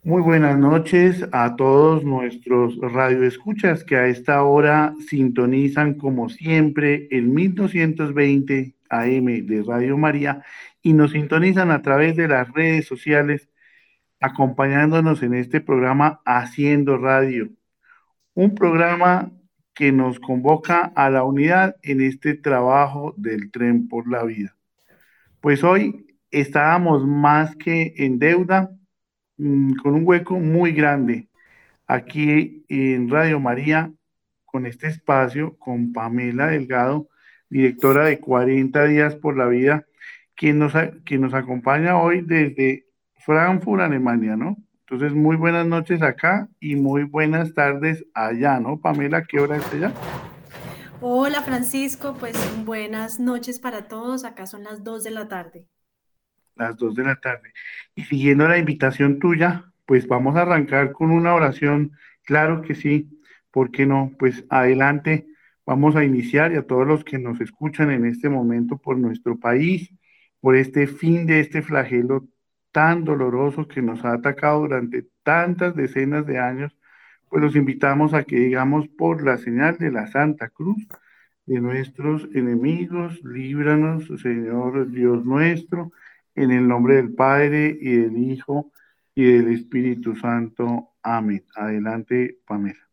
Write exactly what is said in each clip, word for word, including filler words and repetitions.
Muy buenas noches a todos nuestros radioescuchas que a esta hora sintonizan como siempre el mil doscientos veinte A M de Radio María y nos sintonizan a través de las redes sociales acompañándonos en este programa Haciendo Radio, un programa que nos convoca a la unidad en este trabajo del tren por la vida. Pues hoy estábamos más que en deuda, mm, con un hueco muy grande aquí en Radio María, con este espacio, con Pamela Delgado, directora de cuarenta días por la vida, quien nos, a- quien nos acompaña hoy desde Frankfurt, Alemania, ¿no? Entonces, muy buenas noches acá y muy buenas tardes allá, ¿no? Pamela, ¿qué hora es allá? Hola Francisco, pues buenas noches para todos. Acá son las dos de la tarde. Las dos de la tarde. Y siguiendo la invitación tuya, pues vamos a arrancar con una oración. Claro que sí, ¿por qué no? Pues adelante, vamos a iniciar y a todos los que nos escuchan en este momento por nuestro país, por este fin de este flagelo tan doloroso que nos ha atacado durante tantas decenas de años, pues los invitamos a que digamos por la señal de la Santa Cruz de nuestros enemigos, líbranos, Señor Dios nuestro, en el nombre del Padre y del Hijo y del Espíritu Santo. Amén. Adelante, Pamela.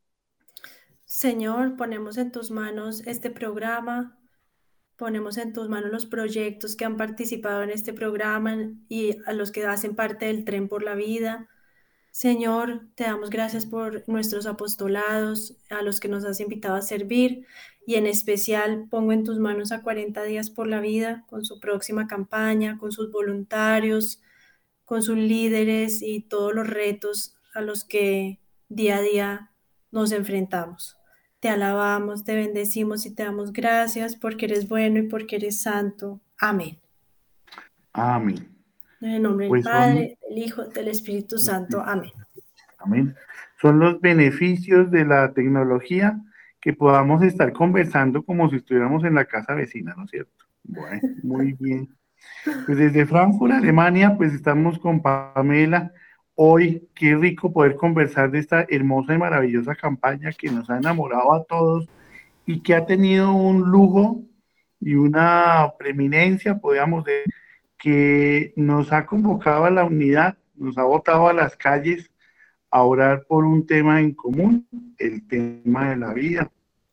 Señor, ponemos en tus manos este programa, ponemos en tus manos los proyectos que han participado en este programa y a los que hacen parte del Tren por la Vida. Señor, te damos gracias por nuestros apostolados, a los que nos has invitado a servir, y en especial pongo en tus manos a cuarenta días por la vida, con su próxima campaña, con sus voluntarios, con sus líderes y todos los retos a los que día a día nos enfrentamos. Te alabamos, te bendecimos y te damos gracias porque eres bueno y porque eres santo. Amén. Amén. En el nombre del Pues son, Padre, del Hijo, del Espíritu Santo. Amén. amén. Son los beneficios de la tecnología que podamos estar conversando como si estuviéramos en la casa vecina, ¿no es cierto? Bueno, muy bien. Pues desde Frankfurt, Alemania, pues estamos con Pamela. Hoy, qué rico poder conversar de esta hermosa y maravillosa campaña que nos ha enamorado a todos y que ha tenido un lujo y una preeminencia, podríamos decir, que nos ha convocado a la unidad, nos ha botado a las calles a orar por un tema en común, el tema de la vida.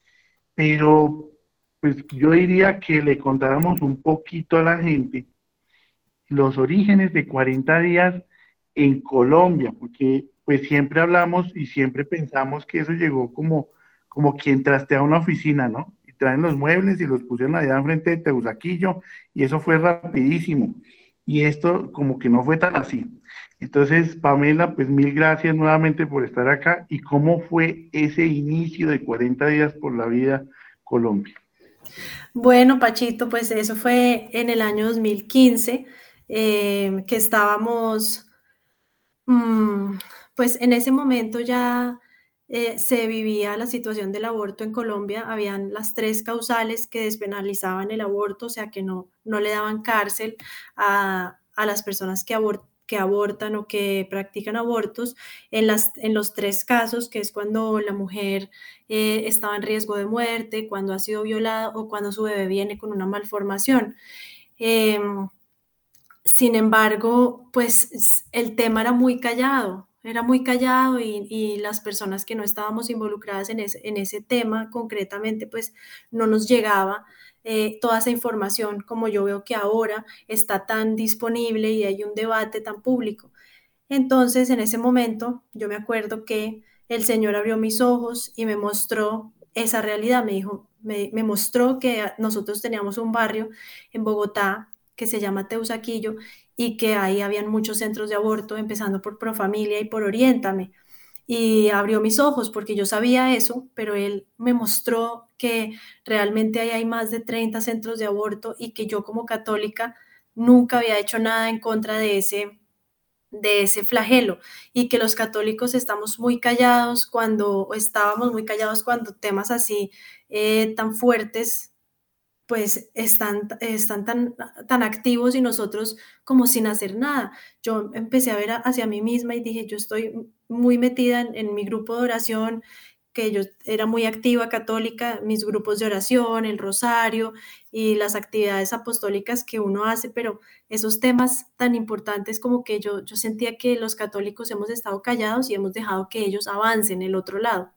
Pero, pues yo diría que le contáramos un poquito a la gente los orígenes de cuarenta días en Colombia, porque pues siempre hablamos y siempre pensamos que eso llegó como, como quien trastea una oficina, ¿no? Y traen los muebles y los pusieron allá enfrente de Teusaquillo y eso fue rapidísimo. Y esto como que no fue tan así. Entonces, Pamela, pues mil gracias nuevamente por estar acá. ¿Y cómo fue ese inicio de cuarenta días por la vida Colombia? Bueno, Pachito, pues eso fue en el año dos mil quince, eh, que estábamos, mm, pues en ese momento ya eh, se vivía la situación del aborto en Colombia. Habían las tres causales que despenalizaban el aborto, o sea que no, no le daban cárcel a, a las personas que, abor- que abortan o que practican abortos. En, las, en los tres casos, que es cuando la mujer eh, estaba en riesgo de muerte, cuando ha sido violada o cuando su bebé viene con una malformación. Em, Sin embargo, pues el tema era muy callado, era muy callado y, y las personas que no estábamos involucradas en ese, en ese tema concretamente, pues no nos llegaba eh, toda esa información como yo veo que ahora está tan disponible y hay un debate tan público. Entonces, en ese momento, yo me acuerdo que el Señor abrió mis ojos y me mostró esa realidad. Me dijo, me, me mostró que nosotros teníamos un barrio en Bogotá que se llama Teusaquillo y que ahí habían muchos centros de aborto, empezando por Profamilia y por Oriéntame. Y abrió mis ojos porque yo sabía eso, pero él me mostró que realmente ahí hay más de treinta centros de aborto y que yo como católica nunca había hecho nada en contra de ese de ese flagelo, y que los católicos estamos muy callados cuando, o estábamos muy callados cuando temas así eh, tan fuertes pues están, están tan, tan activos y nosotros como sin hacer nada. Yo empecé a ver a- hacia mí misma y dije, yo estoy muy metida en, en mi grupo de oración, que yo era muy activa católica, mis grupos de oración, el rosario y las actividades apostólicas que uno hace, pero esos temas tan importantes como que yo, yo sentía que los católicos hemos estado callados y hemos dejado que ellos avancen el otro lado.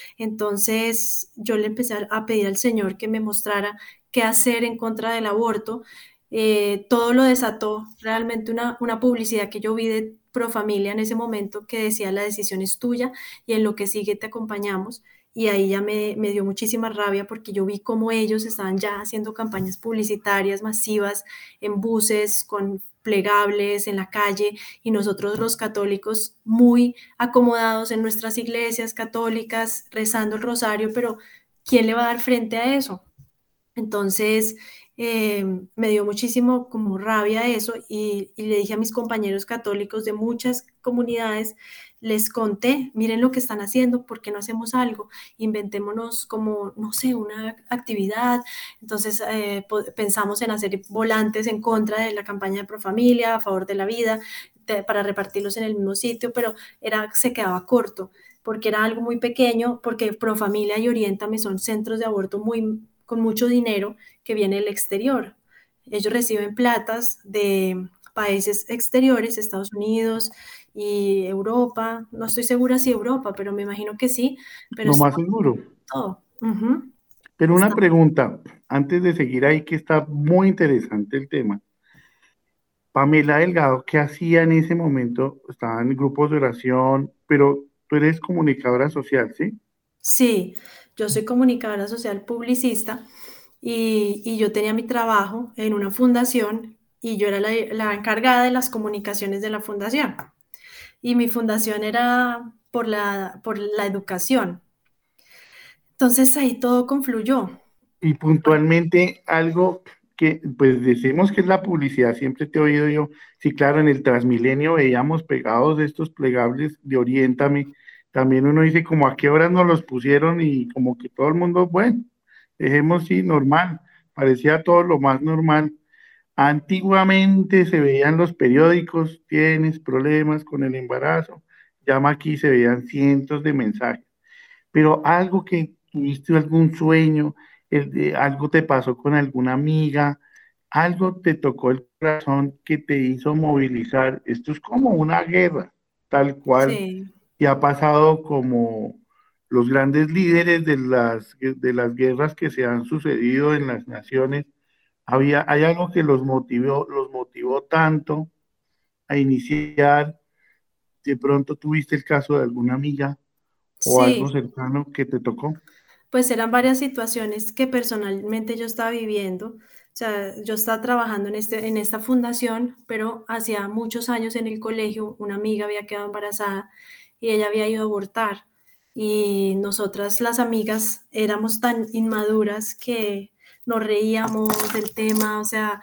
Entonces yo le empecé a a pedir al Señor que me mostrara qué hacer en contra del aborto. Eh, todo lo desató realmente una, una publicidad que yo vi de Profamilia en ese momento que decía la decisión es tuya y en lo que sigue te acompañamos. Y ahí ya me, me dio muchísima rabia porque yo vi cómo ellos estaban ya haciendo campañas publicitarias masivas en buses, con plegables, en la calle, y nosotros los católicos muy acomodados en nuestras iglesias católicas, rezando el rosario, pero ¿quién le va a dar frente a eso? Entonces, eh, me dio muchísimo como rabia eso y, y le dije a mis compañeros católicos de muchas comunidades, les conté, miren lo que están haciendo, ¿por qué no hacemos algo? Inventémonos como, no sé, una actividad. Entonces, eh, po- pensamos en hacer volantes en contra de la campaña de Profamilia, a favor de la vida, de- para repartirlos en el mismo sitio, pero era, se quedaba corto porque era algo muy pequeño, porque Profamilia y Oriéntame son centros de aborto muy, con mucho dinero que viene del exterior. Ellos reciben platas de países exteriores, Estados Unidos y Europa. No estoy segura si Europa, pero me imagino que sí, pero Lo está más seguro. todo. Ujú. Pero una Está- pregunta, antes de seguir ahí, que está muy interesante el tema. Pamela Delgado, ¿qué hacía en ese momento? Estaba en grupos de oración, pero tú eres comunicadora social, ¿sí? Sí, yo soy comunicadora social publicista y, y yo tenía mi trabajo en una fundación y yo era la, la encargada de las comunicaciones de la fundación. Y mi fundación era por la, por la educación. Entonces ahí todo confluyó. Y puntualmente algo que, pues decimos que es la publicidad, siempre te he oído yo, sí, claro, en el Transmilenio veíamos pegados estos plegables de Oriéntame, también uno dice como a qué horas nos los pusieron y como que todo el mundo, bueno, dejemos sí, normal, parecía todo lo más normal. Antiguamente se veían los periódicos, tienes problemas con el embarazo, llama aquí, se veían cientos de mensajes, pero algo que tuviste algún sueño, el de- algo te pasó con alguna amiga, algo te tocó el corazón que te hizo movilizar. Esto es como una guerra, tal cual, Sí, y ha pasado como los grandes líderes de las, de las guerras que se han sucedido en las naciones. Había, hay algo que los motivó, los motivó tanto a iniciar. De pronto tuviste el caso de alguna amiga o algo sí, cercano que te tocó. pues eran varias situaciones que personalmente yo estaba viviendo. O sea, yo estaba trabajando en, este, en esta fundación, pero hacía muchos años en el colegio una amiga había quedado embarazada y ella había ido a abortar. Y nosotras las amigas éramos tan inmaduras que nos reíamos del tema, o sea,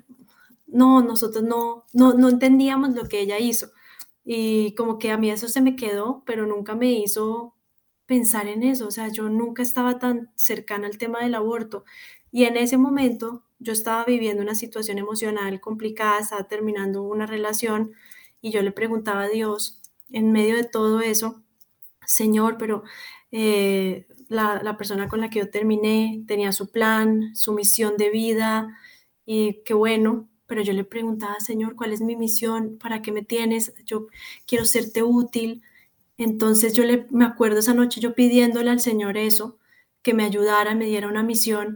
no, nosotros no, no, no entendíamos lo que ella hizo. Y como que a mí eso se me quedó, pero nunca me hizo pensar en eso. O sea, yo nunca estaba tan cercana al tema del aborto. Y en ese momento yo estaba viviendo una situación emocional complicada, estaba terminando una relación y yo le preguntaba a Dios, en medio de todo eso, Señor, pero eh, la, la persona con la que yo terminé tenía su plan, su misión de vida y qué bueno, pero yo le preguntaba, Señor, ¿cuál es mi misión? ¿Para qué me tienes? Yo quiero serte útil. Entonces yo le, me acuerdo esa noche yo pidiéndole al Señor eso, que me ayudara, me diera una misión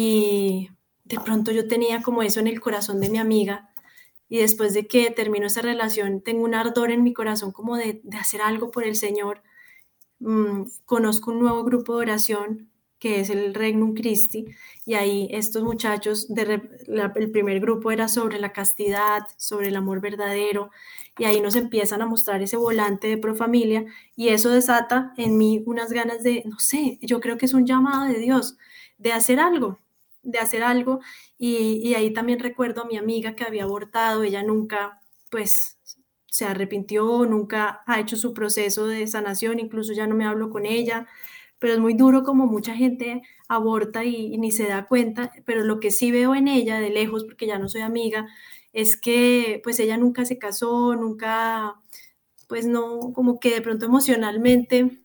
y de pronto yo tenía como eso en el corazón de mi amiga y después de que terminó esa relación tengo un ardor en mi corazón como de, de hacer algo por el Señor. Mm, conozco un nuevo grupo de oración que es el Regnum Christi, y ahí estos muchachos, de re- la- el primer grupo era sobre la castidad, sobre el amor verdadero, y ahí nos empiezan a mostrar ese volante de Profamilia, y eso desata en mí unas ganas de, no sé, yo creo que es un llamado de Dios, de hacer algo, de hacer algo, y, y ahí también recuerdo a mi amiga que había abortado, ella nunca, pues, se arrepintió, nunca ha hecho su proceso de sanación, incluso ya no me hablo con ella, pero es muy duro como mucha gente aborta y, y ni se da cuenta, pero lo que sí veo en ella de lejos, porque ya no soy amiga, es que pues ella nunca se casó, nunca, pues no, como que de pronto emocionalmente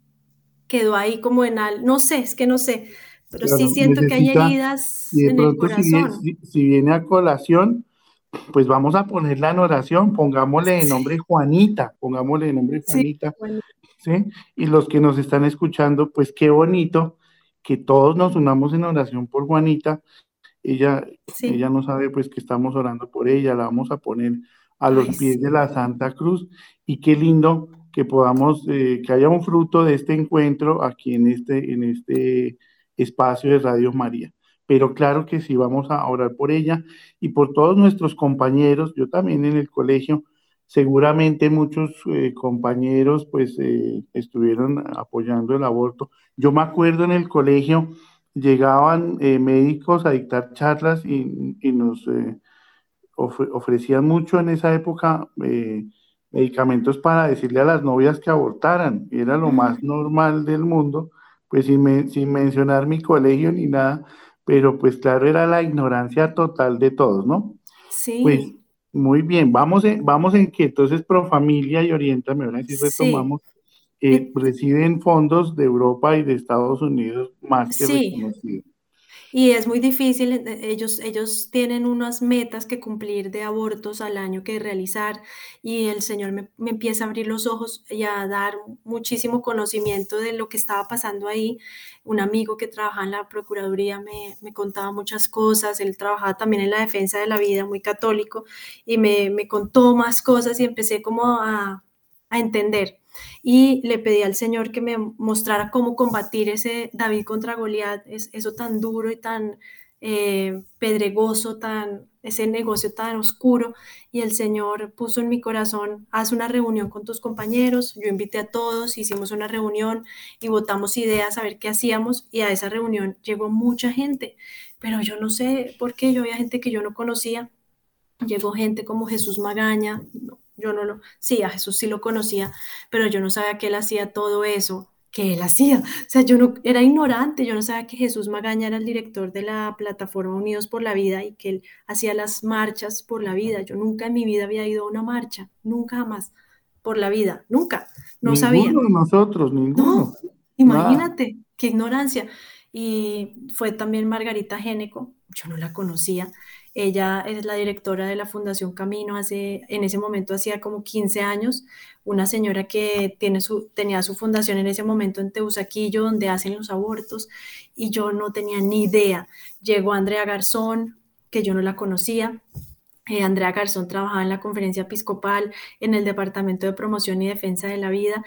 quedó ahí como en al, no sé, es que no sé, pero sí Claro, siento que hay necesita, y heridas de en el pronto si viene, corazón. si, si viene a colación, pues vamos a ponerla en oración, pongámosle de Sí, nombre Juanita, pongámosle de nombre sí, Juanita, bueno, ¿sí? Y los que nos están escuchando, pues qué bonito que todos nos unamos en oración por Juanita. Ella, ella sí, no sabe pues que estamos orando por ella, la vamos a poner a los ay, pies de sí, la Santa Cruz y qué lindo que podamos, eh, que haya un fruto de este encuentro aquí en este, en este espacio de Radio María. Pero claro que sí, vamos a orar por ella y por todos nuestros compañeros. Yo también en el colegio, seguramente muchos eh, compañeros pues eh, estuvieron apoyando el aborto. Yo me acuerdo en el colegio llegaban eh, médicos a dictar charlas y, y nos eh, ofre- ofrecían mucho en esa época eh, medicamentos para decirle a las novias que abortaran. Era lo más mm, normal del mundo, pues sin, men- sin mencionar mi colegio ni nada, pero pues claro, era la ignorancia total de todos, ¿no? Pues sí, muy bien, vamos en, vamos en que entonces Profamilia y Oriéntame, ahora sí sí, retomamos, eh, en- reciben fondos de Europa y de Estados Unidos más que sí. reconocidos. Y es muy difícil, eh, eh, ellos ellos tienen unas metas que cumplir de abortos al año que realizar, y el Señor me me empieza a abrir los ojos y a dar muchísimo conocimiento de lo que estaba pasando ahí. Un amigo que trabajaba en la procuraduría me me contaba muchas cosas, él trabajaba también en la defensa de la vida, muy católico, y me me contó más cosas y empecé como a a entender. Y le pedí al Señor que me mostrara cómo combatir ese David contra Goliat, es, eso tan duro y tan eh, pedregoso, tan, ese negocio tan oscuro. Y el Señor puso en mi corazón, haz una reunión con tus compañeros. Yo invité a todos, hicimos una reunión y votamos ideas a ver qué hacíamos. Y a esa reunión llegó mucha gente, pero yo no sé por qué, yo había gente que yo no conocía. Llegó gente como Jesús Magaña, no, yo no lo, sí, a Jesús sí lo conocía, pero yo no sabía que él hacía todo eso que él hacía. O sea, yo no, era ignorante, yo no sabía que Jesús Magaña era el director de la plataforma Unidos por la Vida y que él hacía las marchas por la vida. Yo nunca en mi vida había ido a una marcha, nunca jamás, por la vida, nunca, no sabía. Ninguno de nosotros, ninguno, No, nada. imagínate, qué ignorancia. Y fue también Margarita Géneco, yo no la conocía. Ella es la directora de la Fundación Camino hace, en ese momento hacía como quince años, una señora que tiene su, tenía su fundación en ese momento en Teusaquillo, donde hacen los abortos, y yo no tenía ni idea. Llegó Andrea Garzón, que yo no la conocía. Eh, Andrea Garzón trabajaba en la conferencia episcopal, en el Departamento de Promoción y Defensa de la Vida.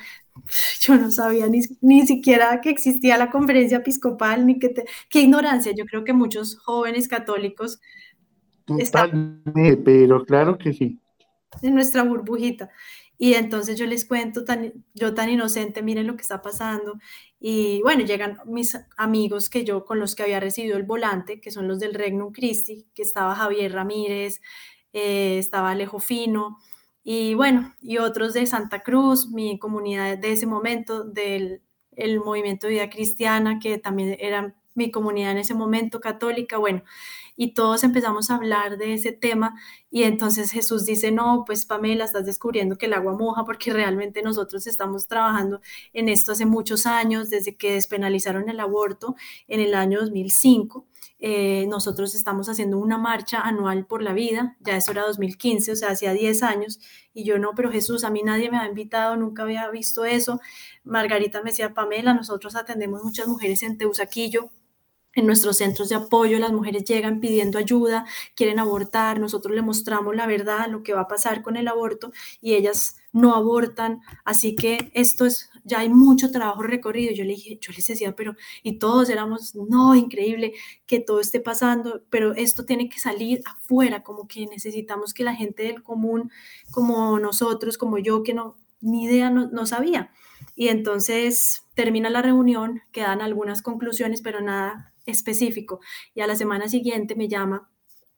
Yo no sabía ni, ni siquiera que existía la conferencia episcopal, ni que te, qué ignorancia. Yo creo que muchos jóvenes católicos estamos Totalmente, pero claro que sí. en nuestra burbujita. Y entonces yo les cuento, tan, yo tan inocente, miren lo que está pasando. Y bueno, llegan mis amigos que yo, con los que había recibido el volante, que son los del Regnum Christi, que estaba Javier Ramírez, eh, estaba Alejo Fino, y bueno, y otros de Santa Cruz, mi comunidad de ese momento, del el movimiento de vida cristiana, que también era mi comunidad en ese momento, católica, bueno, y todos empezamos a hablar de ese tema y entonces Jesús dice, no, pues Pamela, estás descubriendo que el agua moja porque realmente nosotros estamos trabajando en esto hace muchos años, desde que despenalizaron el aborto en el año dos mil cinco. Eh, nosotros estamos haciendo una marcha anual por la vida, ya eso era dos mil quince, o sea, hacía diez años, y yo no, pero Jesús, a mí nadie me ha invitado, nunca había visto eso. Margarita me decía, Pamela, nosotros atendemos muchas mujeres en Teusaquillo, en nuestros centros de apoyo, las mujeres llegan pidiendo ayuda, quieren abortar, nosotros les mostramos la verdad, lo que va a pasar con el aborto y ellas no abortan, así que esto es, ya hay mucho trabajo recorrido. Yo le dije, yo les decía, pero, y todos éramos, no, increíble que todo esté pasando, pero esto tiene que salir afuera, como que necesitamos que la gente del común, como nosotros, como yo, que no, ni idea, no, no sabía. Y entonces termina la reunión, quedan algunas conclusiones, pero nada específico. Y a la semana siguiente me llama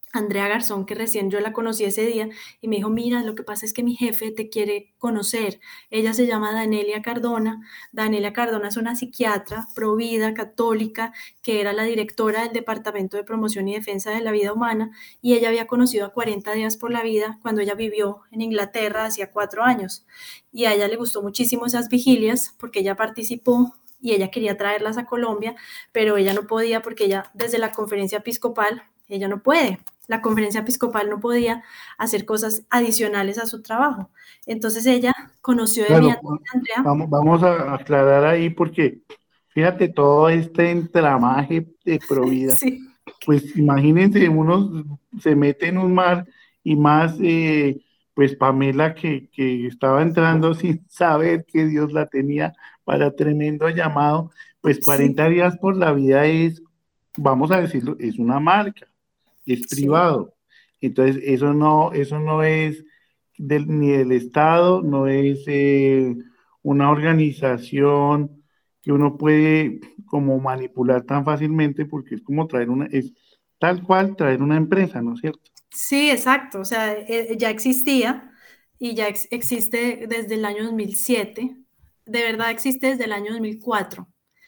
Andrea Garzón, que recién yo la conocí ese día, y me dijo, mira, lo que pasa es que mi jefe te quiere conocer. Ella se llama Danelia Cardona. Danelia Cardona es una psiquiatra provida, católica, que era la directora del Departamento de Promoción y Defensa de la Vida Humana, y ella había conocido a cuarenta días por la vida cuando ella vivió en Inglaterra hacía cuatro años. Y a ella le gustó muchísimo esas vigilias porque ella participó y ella quería traerlas a Colombia, pero ella no podía porque ella, desde la conferencia episcopal, ella no puede. La conferencia episcopal no podía hacer cosas adicionales a su trabajo. Entonces ella conoció de mí a Claro, Andrea. vamos, vamos a aclarar ahí porque fíjate todo este entramaje de Provida. Sí, Pues imagínense, uno se mete en un mar y más, eh, pues Pamela que, que estaba entrando sin saber que Dios la tenía para tremendo llamado, pues sí, cuarenta días por la vida es, vamos a decirlo, es una marca, es sí. privado. Entonces, eso no, eso no es del, ni del Estado, no es eh, una organización que uno puede como manipular tan fácilmente porque es como traer una, es tal cual traer una empresa, ¿no es cierto? Sí, exacto. O sea, eh, ya existía y ya ex- existe desde el año dos mil siete. De verdad existe desde el año dos mil cuatro,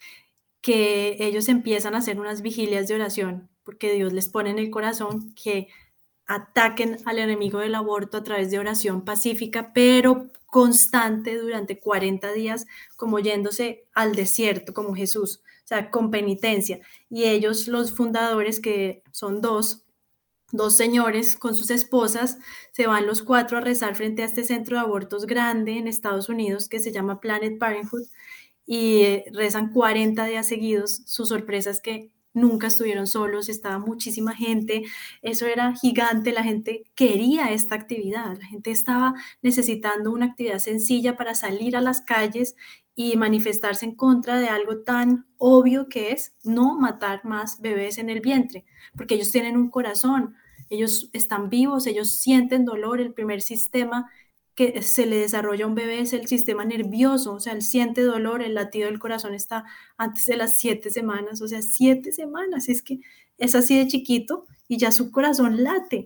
que ellos empiezan a hacer unas vigilias de oración porque Dios les pone en el corazón que ataquen al enemigo del aborto a través de oración pacífica, pero constante durante cuarenta días, como yéndose al desierto, como Jesús, o sea, con penitencia. Y ellos, los fundadores, que son dos, dos señores con sus esposas, se van los cuatro a rezar frente a este centro de abortos grande en Estados Unidos que se llama Planet Parenthood y eh, rezan cuarenta días seguidos. Su sorpresa es que nunca estuvieron solos, estaba muchísima gente, eso era gigante, la gente quería esta actividad, la gente estaba necesitando una actividad sencilla para salir a las calles y manifestarse en contra de algo tan obvio que es no matar más bebés en el vientre, porque ellos tienen un corazón, ellos están vivos, ellos sienten dolor, el primer sistema que se le desarrolla a un bebé es el sistema nervioso, o sea, él siente dolor, el latido del corazón está antes de las siete semanas, o sea, siete semanas, es que es así de chiquito y ya su corazón late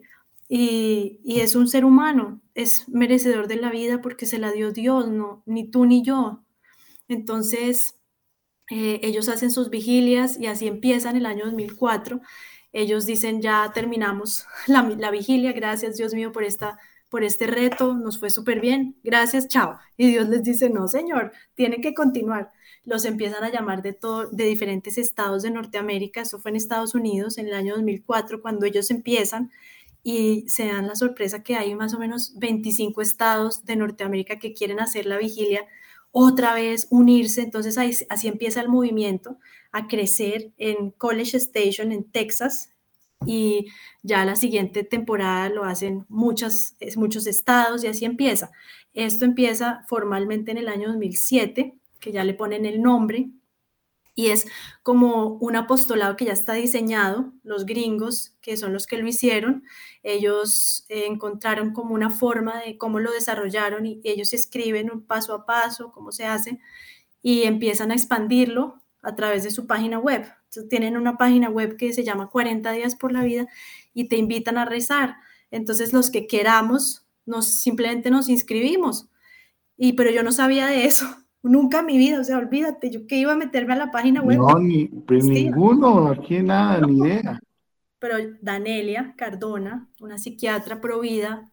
y, y es un ser humano, es merecedor de la vida porque se la dio Dios, no, ni tú ni yo. Entonces, eh, ellos hacen sus vigilias y así empiezan el año dos mil cuatro. Ellos dicen, ya terminamos la, la vigilia, gracias Dios mío por, esta, por este reto, nos fue súper bien, gracias, chao. Y Dios les dice, no señor, tienen que continuar. Los empiezan a llamar de, todo, de diferentes estados de Norteamérica, eso fue en Estados Unidos en el año dos mil cuatro, cuando ellos empiezan y se dan la sorpresa que hay más o menos veinticinco estados de Norteamérica que quieren hacer la vigilia otra vez, unirse. Entonces ahí, así empieza el movimiento a crecer en College Station, en Texas, y ya la siguiente temporada lo hacen muchas, muchos estados y así empieza. Esto empieza formalmente en el año dos mil siete, que ya le ponen el nombre, y es como un apostolado que ya está diseñado, los gringos, que son los que lo hicieron, ellos eh, encontraron como una forma de cómo lo desarrollaron y ellos escriben un paso a paso, cómo se hace, y empiezan a expandirlo a través de su página web. Entonces, tienen una página web que se llama cuarenta días por la vida y te invitan a rezar. Entonces, los que queramos, nos, simplemente nos inscribimos. Y, pero yo no sabía de eso, nunca en mi vida, o sea, olvídate, yo que iba a meterme a la página web, No, yo ni, no pues existía. ninguno, aquí nada, ni idea. Pero Danelia Cardona, una psiquiatra provida,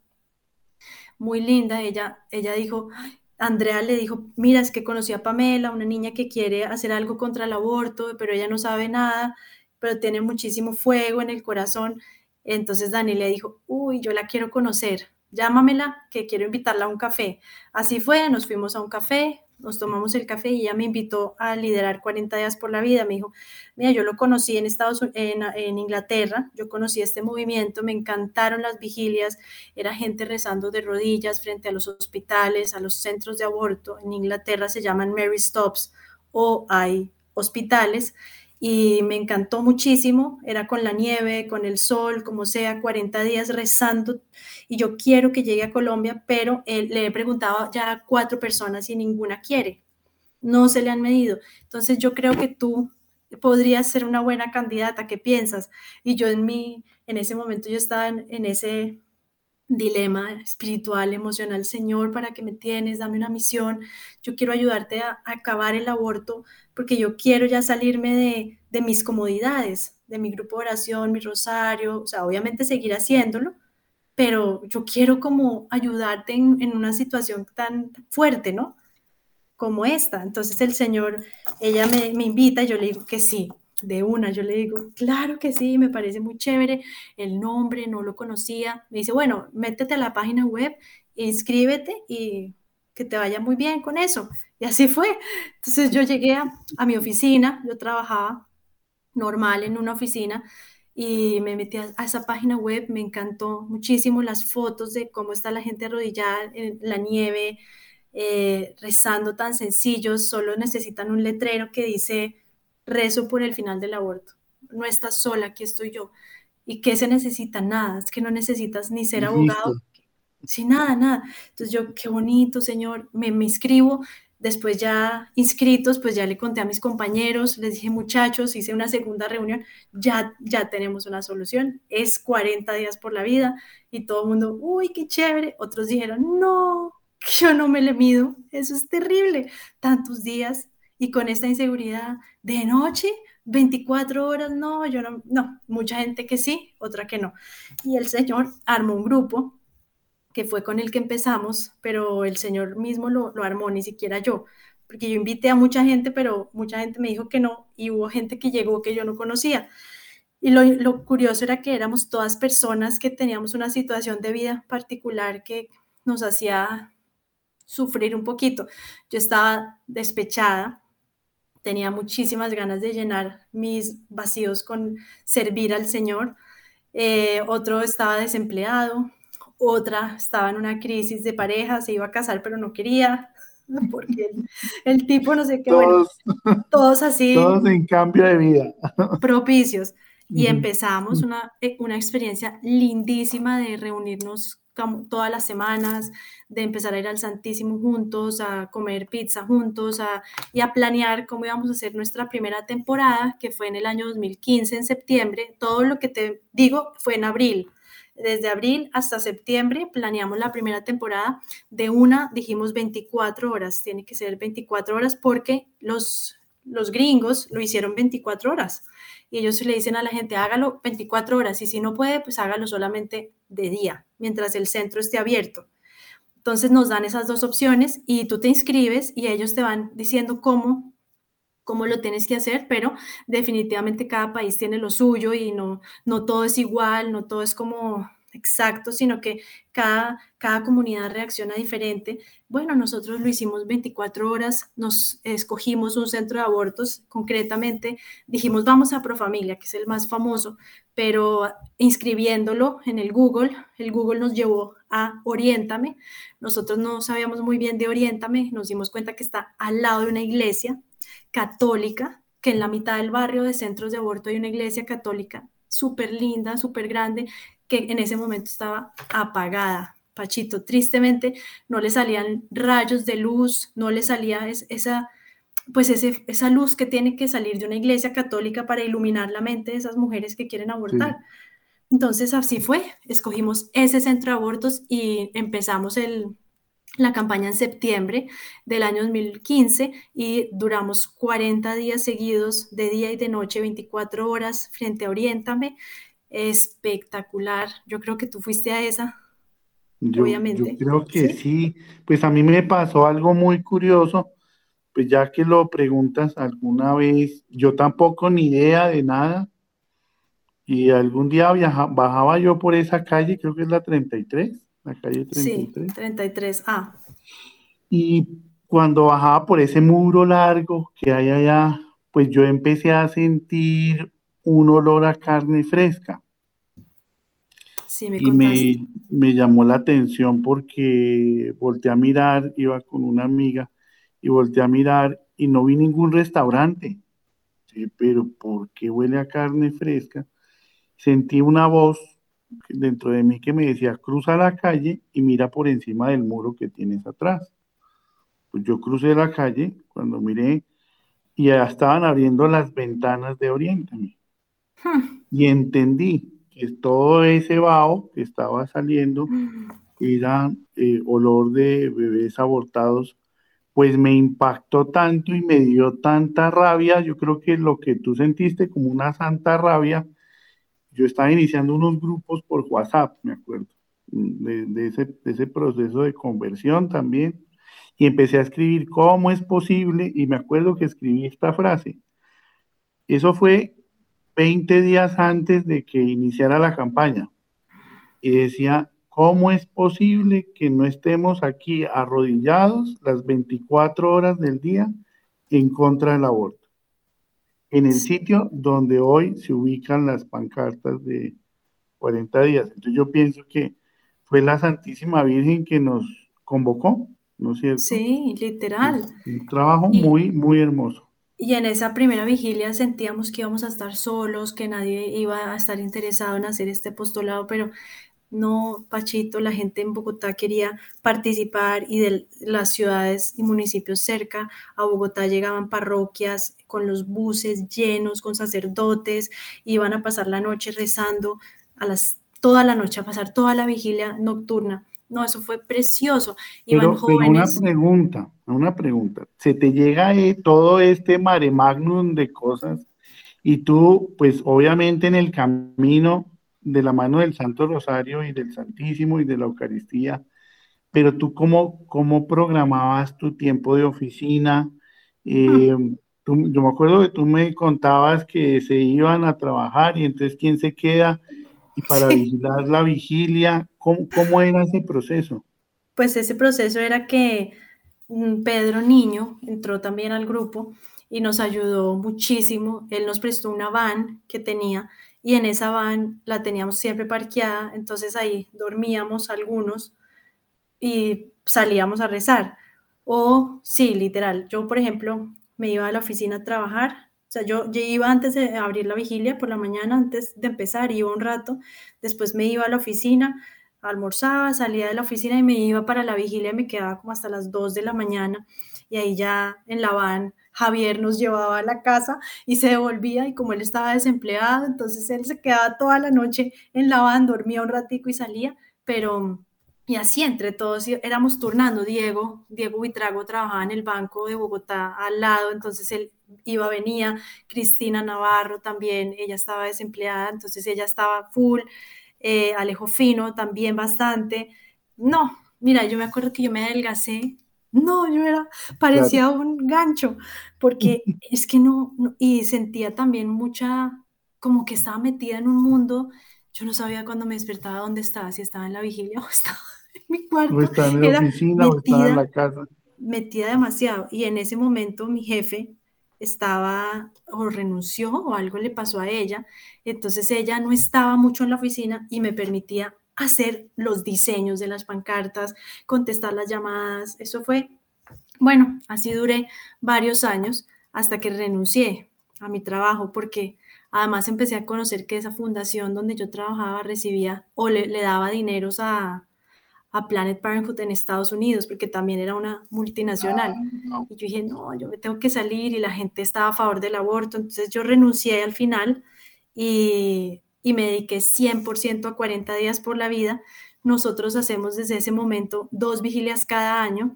muy linda, ella, ella dijo, Andrea le dijo, mira, es que conocí a Pamela, una niña que quiere hacer algo contra el aborto, pero ella no sabe nada, pero tiene muchísimo fuego en el corazón. Entonces Danelia dijo, uy, yo la quiero conocer, llámamela, que quiero invitarla a un café. Así fue, nos fuimos a un café, nos tomamos el café y ella me invitó a liderar cuarenta días por la vida. Me dijo, mira, yo lo conocí en Estados en, en Inglaterra, yo conocí este movimiento, me encantaron las vigilias, era gente rezando de rodillas frente a los hospitales, a los centros de aborto. En Inglaterra se llaman Mary Stops o hay hospitales y me encantó muchísimo, era con la nieve, con el sol, como sea, cuarenta días rezando y yo quiero que llegue a Colombia, pero él, le he preguntado ya a cuatro personas y ninguna quiere, no se le han medido. Entonces yo creo que tú podría ser una buena candidata, ¿qué piensas? Y yo en mi, en ese momento yo estaba en, en ese dilema espiritual, emocional, Señor, ¿para qué me tienes? Dame una misión, yo quiero ayudarte a, a acabar el aborto, porque yo quiero ya salirme de, de mis comodidades, de mi grupo de oración, mi rosario, o sea, obviamente seguir haciéndolo, pero yo quiero como ayudarte en, en una situación tan fuerte, ¿no? Como esta. Entonces el Señor, ella me, me invita y yo le digo que sí, de una, yo le digo, claro que sí, me parece muy chévere, el nombre no lo conocía. Me dice, bueno, métete a la página web, inscríbete y que te vaya muy bien con eso. Y así fue. Entonces yo llegué a, a mi oficina, yo trabajaba normal en una oficina y me metí a, a esa página web, me encantó muchísimo las fotos de cómo está la gente arrodillada en la nieve, eh, rezando tan sencillos, solo necesitan un letrero que dice rezo por el final del aborto. No estás sola, aquí estoy yo. ¿Y qué se necesita? Nada, es que no necesitas ni ser Y listo. abogado, sí, nada, nada. Entonces yo, qué bonito, señor, me, me inscribo. Después ya inscritos, pues ya le conté a mis compañeros, les dije, muchachos, hice una segunda reunión, ya, ya tenemos una solución, es cuarenta días por la vida y todo el mundo, uy, qué chévere. Otros dijeron, no, yo no me le mido, eso es terrible, tantos días y con esta inseguridad de noche, veinticuatro horas, no, yo no, no, mucha gente que sí, otra que no. Y el señor armó un grupo que fue con el que empezamos, pero el Señor mismo lo, lo armó, ni siquiera yo, porque yo invité a mucha gente, pero mucha gente me dijo que no, y hubo gente que llegó que yo no conocía. Y lo, lo curioso era que éramos todas personas que teníamos una situación de vida particular que nos hacía sufrir un poquito. Yo estaba despechada, tenía muchísimas ganas de llenar mis vacíos con servir al Señor. Eh, otro estaba desempleado, otra estaba en una crisis de pareja, se iba a casar pero no quería, porque el, el tipo no sé qué, bueno, Todos, todos así todos en cambio de vida. propicios. Y Ujú. empezamos una, eh, una experiencia lindísima de reunirnos como todas las semanas, de empezar a ir al Santísimo juntos, a comer pizza juntos a, y a planear cómo íbamos a hacer nuestra primera temporada, que fue en el año dos mil quince, en septiembre. Todo lo que te digo fue en abril. Desde abril hasta septiembre planeamos la primera temporada. De una dijimos veinticuatro horas, tiene que ser veinticuatro horas porque los, los gringos lo hicieron veinticuatro horas y ellos le dicen a la gente, hágalo veinticuatro horas y si no puede, pues hágalo solamente de día, mientras el centro esté abierto. Entonces nos dan esas dos opciones y tú te inscribes y ellos te van diciendo cómo, cómo lo tienes que hacer, pero definitivamente cada país tiene lo suyo y no, no todo es igual, no todo es como exacto, sino que cada, cada comunidad reacciona diferente. Bueno, nosotros lo hicimos veinticuatro horas, nos escogimos un centro de abortos, concretamente dijimos vamos a Profamilia, que es el más famoso, pero inscribiéndolo en el Google, el Google nos llevó a Oriéntame, nosotros no sabíamos muy bien de Oriéntame, nos dimos cuenta que está al lado de una iglesia católica, que en la mitad del barrio de centros de aborto hay una iglesia católica súper linda, súper grande, que en ese momento estaba apagada. Pachito, tristemente no le salían rayos de luz, no le salía es, esa, pues ese, esa luz que tiene que salir de una iglesia católica para iluminar la mente de esas mujeres que quieren abortar. Sí. Entonces así fue, escogimos ese centro de abortos y empezamos el, la campaña en septiembre del año dos mil quince y duramos cuarenta días seguidos de día y de noche, veinticuatro horas frente a Oriéntame. Espectacular. Yo creo que tú fuiste a esa, Yo, yo obviamente. creo que ¿Sí? sí. Pues a mí me pasó algo muy curioso. Pues ya que lo preguntas alguna vez, yo tampoco ni idea de nada. Y algún día viaja- bajaba yo por esa calle, creo que es la treinta y tres, la calle treinta y Sí, tres. treinta y tres a. Y cuando bajaba por ese muro largo que hay allá, pues yo empecé a sentir un olor a carne fresca. Sí, me Y contaste. me, me llamó la atención porque volteé a mirar, iba con una amiga, y volteé a mirar y no vi ningún restaurante. Sí, pero ¿por qué huele a carne fresca? Sentí una voz dentro de mí que me decía, cruza la calle y mira por encima del muro que tienes atrás. Pues yo crucé la calle, cuando miré, y ya estaban abriendo las ventanas de Oriéntame. Hmm. Y entendí que todo ese vaho que estaba saliendo era eh, olor de bebés abortados, pues me impactó tanto y me dio tanta rabia. Yo creo que lo que tú sentiste como una santa rabia, yo estaba iniciando unos grupos por WhatsApp, me acuerdo, de, de ese, de ese proceso de conversión también, y empecé a escribir cómo es posible, y me acuerdo que escribí esta frase. Eso fue veinte días antes de que iniciara la campaña, y decía, ¿cómo es posible que no estemos aquí arrodillados las veinticuatro horas del día en contra del aborto? En el sitio donde hoy se ubican las pancartas de cuarenta días. Entonces yo pienso que fue la Santísima Virgen que nos convocó, ¿no es cierto? Sí, Es literal. un trabajo Y, muy, muy hermoso. y en esa primera vigilia sentíamos que íbamos a estar solos, que nadie iba a estar interesado en hacer este apostolado, pero no, Pachito, la gente en Bogotá quería participar y de las ciudades y municipios cerca a Bogotá llegaban parroquias con los buses llenos, con sacerdotes, iban a pasar la noche rezando a las, toda la noche, a pasar toda la vigilia nocturna. No, eso fue precioso. Iban Pero, pero una jóvenes. pregunta, una pregunta. Se te llega eh, todo este mare magnum de cosas y tú, pues obviamente en el camino de la mano del Santo Rosario y del Santísimo y de la Eucaristía, pero tú cómo, cómo programabas tu tiempo de oficina. Eh, tú- yo me acuerdo que tú me contabas que se iban a trabajar y entonces quién se queda y para Sí. vigilar la vigilia, ¿cómo, cómo era ese proceso? Pues ese proceso era que mm, Pedro Niño entró también al grupo y nos ayudó muchísimo. Él nos prestó una van que tenía y en esa van la teníamos siempre parqueada, entonces ahí dormíamos algunos y salíamos a rezar. O sí, literal, yo por ejemplo me iba a la oficina a trabajar, o sea, yo, yo iba antes de abrir la vigilia por la mañana, antes de empezar, iba un rato, después me iba a la oficina, almorzaba, salía de la oficina y me iba para la vigilia, me quedaba como hasta las dos de la mañana y ahí ya en la van Javier nos llevaba a la casa y se devolvía y como él estaba desempleado, entonces él se quedaba toda la noche en la van, dormía un ratico y salía, pero y así entre todos éramos turnando. Diego, Diego Buitrago trabajaba en el Banco de Bogotá al lado, entonces él iba, venía, Cristina Navarro también, ella estaba desempleada, entonces ella estaba full, eh, Alejo Fino también bastante. No, mira, yo me acuerdo que yo me adelgacé, no, yo era, Claro. parecía un gancho, porque es que no, no, y sentía también mucha, como que estaba metida en un mundo, yo no sabía cuando me despertaba dónde estaba, si estaba en la vigilia o estaba en mi O cuarto, estaba en la era oficina o estaba en la metida, casa. metida demasiado. Y en ese momento mi jefe estaba o renunció o algo le pasó a ella, entonces ella no estaba mucho en la oficina y me permitía hacer los diseños de las pancartas, contestar las llamadas, eso fue, bueno, así duré varios años hasta que renuncié a mi trabajo porque además empecé a conocer que esa fundación donde yo trabajaba recibía o le, le daba dineros a, a Planet Parenthood en Estados Unidos, porque también era una multinacional. Ah, no. Y yo dije, no, yo me tengo que salir y la gente estaba a favor del aborto. Entonces yo renuncié al final y, y me dediqué cien por ciento a cuarenta días por la vida. Nosotros hacemos desde ese momento dos vigilias cada año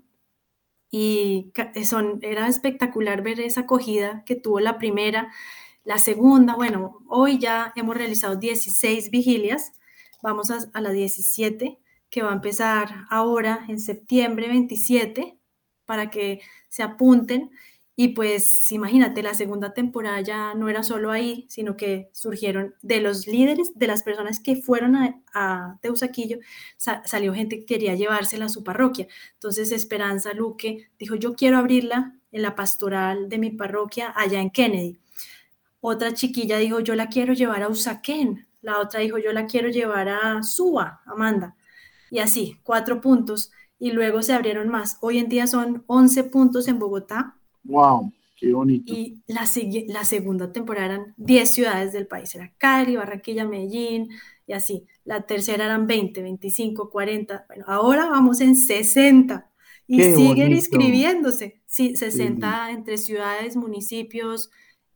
y son, era espectacular ver esa acogida que tuvo la primera, la segunda, bueno, hoy ya hemos realizado dieciséis vigilias, vamos a, a la diecisiete, que va a empezar ahora en septiembre veintisiete, para que se apunten. Y pues imagínate, la segunda temporada ya no era solo ahí, sino que surgieron de los líderes, de las personas que fueron a, a Teusaquillo, sa salió gente que quería llevársela a su parroquia. Entonces Esperanza Luque dijo, yo quiero abrirla en la pastoral de mi parroquia allá en Kennedy. Otra chiquilla dijo, yo la quiero llevar a Usaquén. La otra dijo, yo la quiero llevar a Suba, Amanda. Y así, cuatro puntos. Y luego se abrieron más. Hoy en día son once puntos en Bogotá. Wow, qué bonito. Y la, la segunda temporada eran diez ciudades del país. Era Cali, Barranquilla, Medellín y así. La tercera eran veinte, veinticinco, cuarenta. Bueno, ahora vamos en sesenta. y Qué siguen bonito, inscribiéndose. Sí, qué lindo. sesenta entre ciudades, municipios,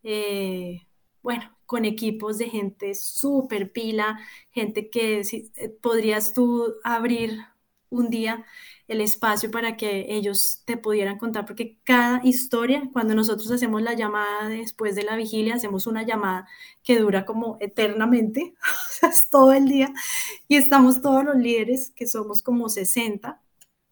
eh, bueno, con equipos de gente súper pila, gente que si, eh, podrías tú abrir un día el espacio para que ellos te pudieran contar, porque cada historia, cuando nosotros hacemos la llamada después de la vigilia, hacemos una llamada que dura como eternamente, o sea, es todo el día, y estamos todos los líderes, que somos como sesenta,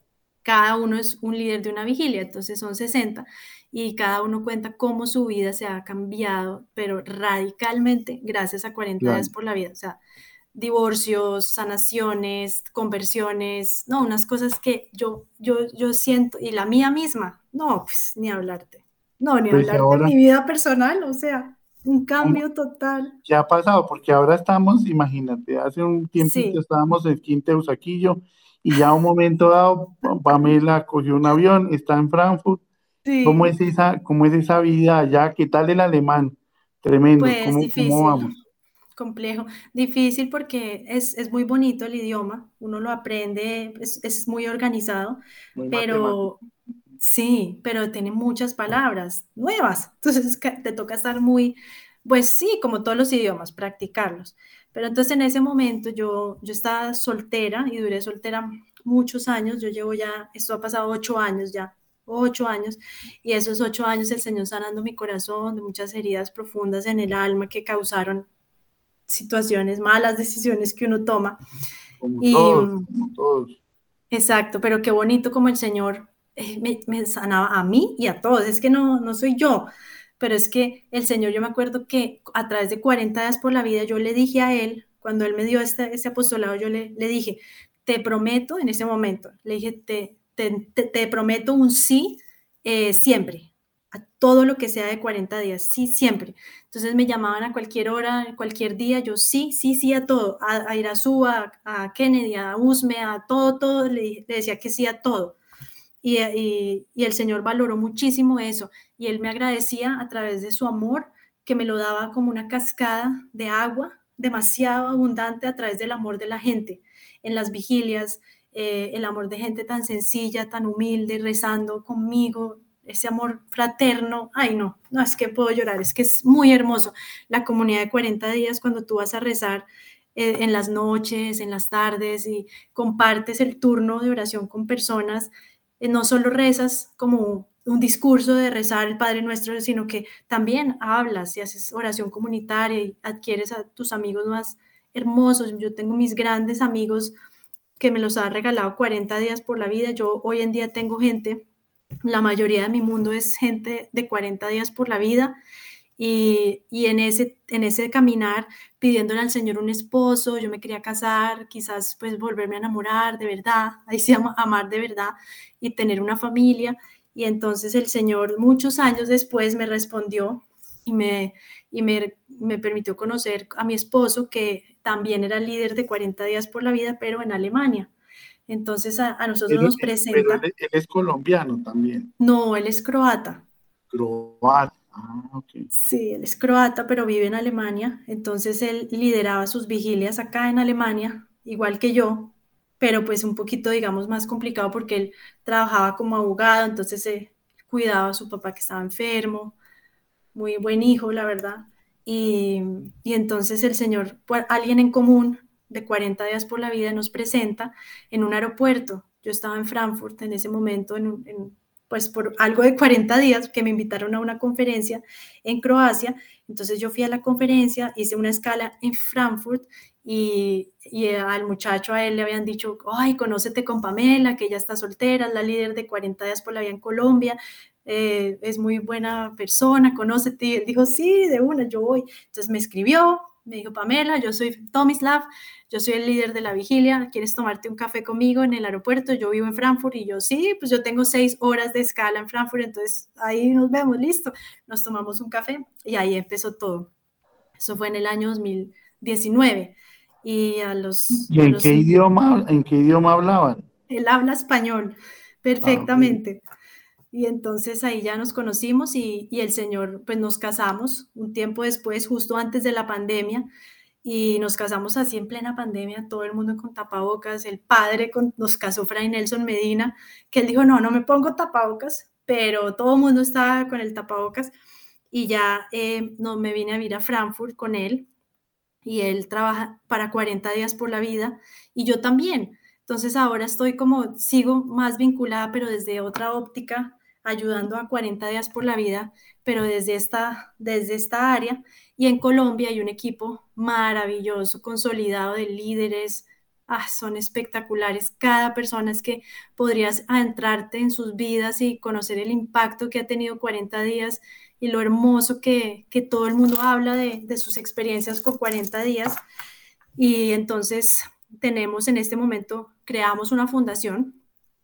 cada uno es un líder de una vigilia, entonces son sesenta, y cada uno cuenta cómo su vida se ha cambiado, pero radicalmente gracias a cuarenta Claro. días por la vida, o sea, divorcios, sanaciones, conversiones, no, unas cosas que yo, yo, yo siento, y la mía misma, no, pues ni hablarte, no, ni Pues hablarte de ahora, mi vida personal, o sea, un ¿cómo- cambio total. ¿qué ha pasado? Porque ahora estamos, imagínate, hace un tiempito Sí, estábamos en Quinteusaquillo y ya a un momento dado, Pa- Pamela cogió un avión, está en Frankfurt. ¿Cómo sí, es esa, cómo es esa vida allá? ¿Qué tal el alemán? Tremendo. pues ¿Cómo, cómo difícil. vamos? Complejo, difícil porque es, es muy bonito el idioma, uno lo aprende, es, es muy organizado, Muy pero matemático. sí, pero tiene muchas palabras nuevas, entonces ca- te toca estar muy, pues sí, como todos los idiomas, practicarlos. Pero entonces en ese momento yo, yo estaba soltera y duré soltera muchos años, yo llevo ya, esto ha pasado ocho años ya, ocho años, y esos ocho años el Señor sanando mi corazón de muchas heridas profundas en el alma que causaron situaciones, malas decisiones que uno toma. Como Y todos, como todos. exacto, pero qué bonito como el Señor eh, me, me sanaba a mí y a todos. Es que no, no soy yo, pero es que el Señor, yo me acuerdo que a través de cuarenta días por la vida, yo le dije a Él, cuando Él me dio este, este apostolado, yo le, le dije, te prometo en ese momento, le dije, te, te, te, te prometo un sí eh, siempre, a todo lo que sea de cuarenta días, sí, siempre. Entonces me llamaban a cualquier hora, cualquier día, yo sí, sí, sí a todo, a, a Irazú, a, a Kennedy, a Usme, a todo, todo, le, le decía que sí a todo. Y, y, y, el Señor valoró muchísimo eso y Él me agradecía a través de su amor que me lo daba como una cascada de agua demasiado abundante a través del amor de la gente en las vigilias, eh, el amor de gente tan sencilla, tan humilde, rezando conmigo, ese amor fraterno, ay no, no es que puedo llorar, es que es muy hermoso la comunidad de cuarenta días cuando tú vas a rezar eh, en las noches, en las tardes y compartes el turno de oración con personas, eh, no solo rezas como un discurso de rezar el Padre Nuestro, sino que también hablas y haces oración comunitaria y adquieres a tus amigos más hermosos. Yo tengo mis grandes amigos que me los ha regalado cuarenta días por la vida. Yo hoy en día tengo gente, la mayoría de mi mundo es gente de cuarenta días por la vida y, y en, ese, en ese caminar pidiéndole al Señor un esposo, yo me quería casar, quizás pues volverme a enamorar de verdad, ahí se llama amar de verdad y tener una familia. Y entonces el Señor muchos años después me respondió y me, y me, me permitió conocer a mi esposo, que también era líder de cuarenta días por la vida, pero en Alemania. Entonces a, a nosotros Él nos es- pero él, presenta, él es colombiano también. no, él es croata. Croata. Ah, ok. Sí, él es croata, pero vive en Alemania. Entonces él lideraba sus vigilias acá en Alemania, igual que yo, pero pues un poquito, digamos, más complicado porque él trabajaba como abogado, entonces eh, cuidaba a su papá que estaba enfermo, muy buen hijo, la verdad. Y, y entonces el Señor, por- alguien en común de cuarenta días por la vida, nos presenta en un aeropuerto. Yo estaba en Frankfurt en ese momento, en, un- en, pues por algo de cuarenta días, que me invitaron a una conferencia en Croacia. Entonces yo fui a la conferencia, hice una escala en Frankfurt y, y al muchacho, a él le habían dicho, ay, conócete con Pamela, que ella está soltera, es la líder de cuarenta días por la vida en Colombia, eh, es muy buena persona, conócete. Y él dijo, sí, de una, yo voy. Entonces me escribió, me dijo, Pamela, yo soy Tomislav, yo soy el líder de la vigilia, ¿quieres tomarte un café conmigo en el aeropuerto? Yo vivo en Frankfurt y yo, sí, pues yo tengo seis horas de escala en Frankfurt, entonces ahí nos vemos, listo. Nos tomamos un café y ahí empezó todo. Eso fue en el año dos mil diecinueve y a los, ¿Y a en qué los, idioma, en qué idioma hablaban? él habla español Ah, ok. perfectamente. Y entonces ahí ya nos conocimos y, y el Señor, pues nos casamos un tiempo después, justo antes de la pandemia. y nos casamos así en plena pandemia, todo el mundo con tapabocas, el padre con, nos casó Fray Nelson Medina, que él dijo, no, no me pongo tapabocas, pero todo el mundo estaba con el tapabocas y ya eh, no, me vine a vivir a Frankfurt con él y él trabaja para cuarenta días por la vida y yo también. Entonces ahora estoy como, sigo más vinculada, pero desde otra óptica, ayudando a cuarenta días por la vida, pero desde esta, desde esta área. Y en Colombia hay un equipo maravilloso, consolidado de líderes. Ah, son espectaculares. Cada persona es que podrías adentrarte en sus vidas y conocer el impacto que ha tenido cuarenta días y lo hermoso que, que todo el mundo habla de, de sus experiencias con cuarenta días. Y entonces tenemos en este momento, creamos una fundación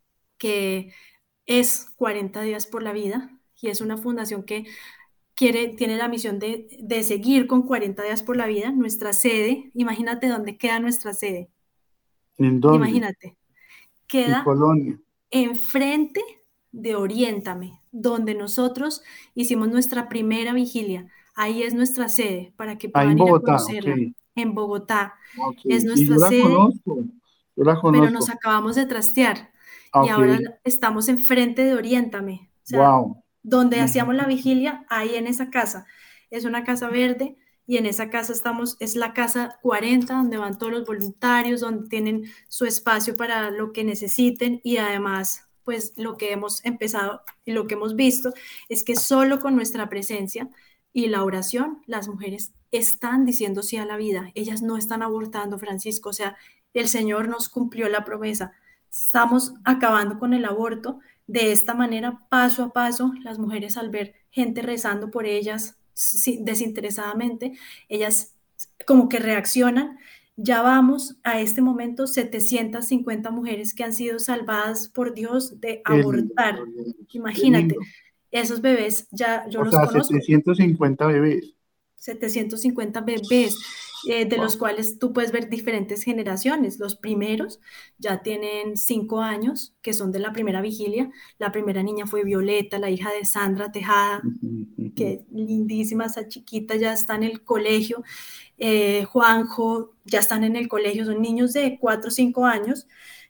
que es cuarenta días por la vida y es una fundación que quiere, tiene la misión de, de seguir con cuarenta días por la vida. Nuestra sede, imagínate dónde queda nuestra sede, ¿En dónde? imagínate, En queda Colonia. enfrente de Oriéntame, donde nosotros hicimos nuestra primera vigilia. Ahí es nuestra sede para que Ahí en puedan ir a Bogotá, ok. conocerla. En Bogotá Ok, es sí, yo nuestra la sede, conozco, yo la pero nos conozco. acabamos de trastear Ah, y ok, ahora estamos enfrente de Oriéntame. O sea, wow. donde hacíamos la vigilia, ahí en esa casa. Es una casa verde y en esa casa estamos, es la casa cuarenta, donde van todos los voluntarios, donde tienen su espacio para lo que necesiten y además, pues lo que hemos empezado y lo que hemos visto es que solo con nuestra presencia y la oración, las mujeres están diciendo sí a la vida. Ellas no están abortando, Francisco. O sea, el Señor nos cumplió la promesa. Estamos acabando con el aborto de esta manera, paso a paso. Las mujeres, al ver gente rezando por ellas desinteresadamente, ellas como que reaccionan. Ya vamos a este momento setecientas cincuenta mujeres que han sido salvadas por Dios de Qué lindo, qué abortar. lindo, qué Imagínate, lindo. esos bebés ya yo O los sea, conozco, setecientos cincuenta bebés. setecientos cincuenta bebés, eh, de Wow. los cuales tú puedes ver diferentes generaciones. Los primeros ya tienen cinco años, que son de la primera vigilia. La primera niña fue Violeta, la hija de Sandra Tejada, Ujú, ujú. que lindísima, esa chiquita ya está en el colegio. Eh, Juanjo ya están en el colegio, son niños de cuatro o cinco años.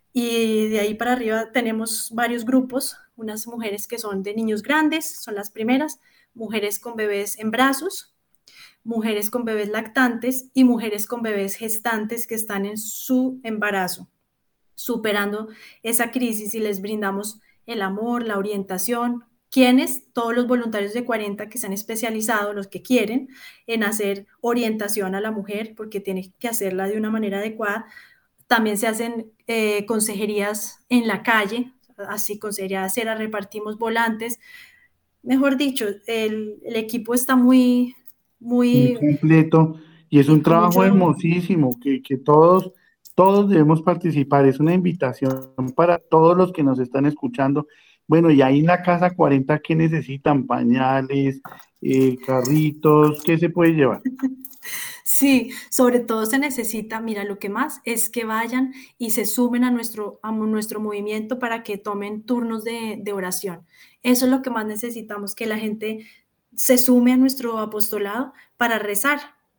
Y de ahí para arriba tenemos varios grupos, unas mujeres que son de niños grandes, son las primeras, mujeres con bebés en brazos, mujeres con bebés lactantes y mujeres con bebés gestantes que están en su embarazo, superando esa crisis y les brindamos el amor, la orientación. ¿Quiénes? Todos los voluntarios de cuarenta que se han especializado, los que quieren, en hacer orientación a la mujer, porque tiene que hacerla de una manera adecuada. También se hacen eh, consejerías en la calle, así consejería de acera, repartimos volantes. Mejor dicho, el, el equipo está muy, Muy muy, completo y es y un con trabajo mucho, hermosísimo que, que todos, todos debemos participar. Es una invitación para todos los que nos están escuchando. Bueno, y ahí en la casa cuarenta, ¿qué necesitan? Pañales, eh, carritos, ¿qué se puede llevar? sí, sobre todo se necesita, mira, lo que más es que vayan y se sumen a nuestro, a nuestro movimiento para que tomen turnos de, de oración. Eso es lo que más necesitamos, que la gente se sume a nuestro apostolado para rezar,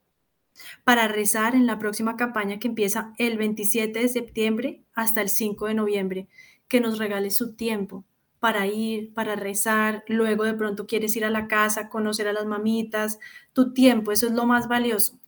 para rezar en la próxima campaña que empieza el veintisiete de septiembre hasta el cinco de noviembre, que nos regale su tiempo para ir, para rezar, luego de pronto quieres ir a la casa, conocer a las mamitas, tu tiempo, eso es lo más valioso.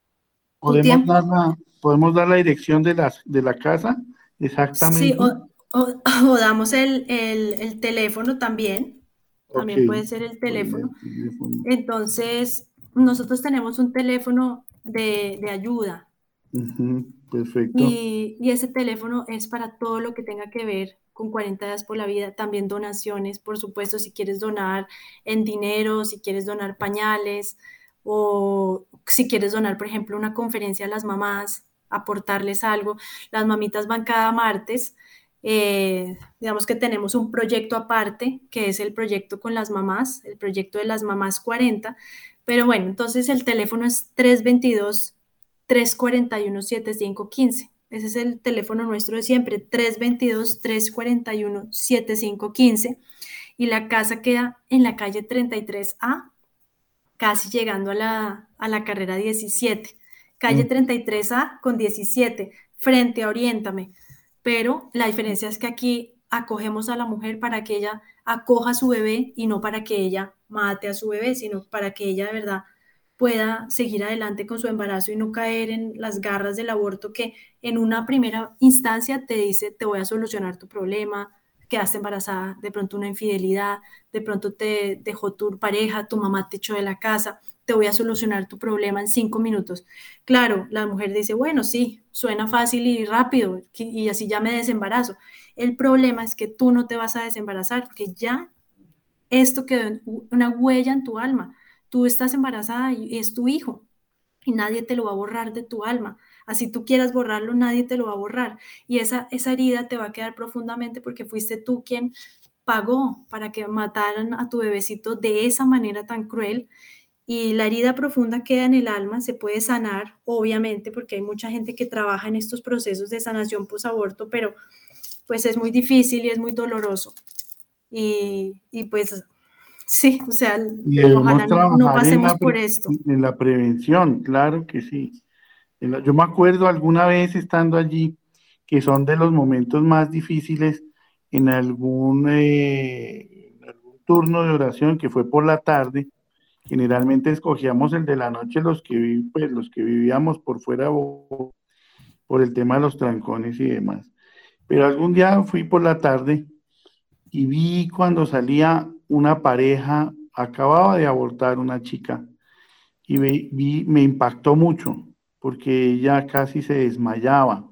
Tu ¿Podemos dar tiempo, la, podemos dar la dirección de las, de la casa? sí, Exactamente. o, o- o damos el, el- el teléfono también, Ok, también puede ser el bueno, teléfono. el teléfono. Entonces, nosotros tenemos un teléfono de, de ayuda. Ujú, perfecto. Y, y ese teléfono es para todo lo que tenga que ver con cuarenta días por la vida, también donaciones, por supuesto, si quieres donar en dinero, si quieres donar pañales o si quieres donar, por ejemplo, una conferencia a las mamás, aportarles algo. Las mamitas van cada martes. Eh, digamos que tenemos un proyecto aparte, que es el proyecto con las mamás, el proyecto de las mamás cuarenta. Pero bueno, entonces el teléfono es tres veintidós, tres cuarenta y uno, setenta y cinco quince. Ese es el teléfono nuestro de siempre, tres veintidós, tres cuarenta y uno, setenta y cinco quince. Y la casa queda en la calle treinta y tres A, casi llegando a la, a la carrera diecisiete, calle Sí. treinta y tres A con diecisiete, frente a Oriéntame. Pero la diferencia es que aquí acogemos a la mujer para que ella acoja a su bebé y no para que ella mate a su bebé, sino para que ella de verdad pueda seguir adelante con su embarazo y no caer en las garras del aborto que en una primera instancia te dice, te voy a solucionar tu problema, quedaste embarazada, de pronto una infidelidad, de pronto te dejó tu pareja, tu mamá te echó de la casa, te voy a solucionar tu problema en cinco minutos. Claro, la mujer dice, bueno, sí, suena fácil y rápido y así ya me desembarazo. El problema es que tú no te vas a desembarazar, porque ya esto quedó en una huella en tu alma. Tú estás embarazada y es tu hijo y nadie te lo va a borrar de tu alma. Así tú quieras borrarlo, nadie te lo va a borrar. Y esa, esa herida te va a quedar profundamente porque fuiste tú quien pagó para que mataran a tu bebecito de esa manera tan cruel. Y la herida profunda queda en el alma, se puede sanar, obviamente, porque hay mucha gente que trabaja en estos procesos de sanación posaborto, pero pues es muy difícil y es muy doloroso. Y, y pues sí, o sea, Y debemos ojalá no, no trabajar en pasemos la, por pre- esto. en la prevención, claro que sí. En la- Yo me acuerdo alguna vez estando allí que son de los momentos más difíciles en algún, eh, en algún turno de oración que fue por la tarde. Generalmente escogíamos el de la noche los que, vi- pues, los que vivíamos por fuera o- por el tema de los trancones y demás. Pero algún día fui por la tarde y vi cuando salía una pareja, acababa de abortar una chica y ve- vi, me impactó mucho porque ella casi se desmayaba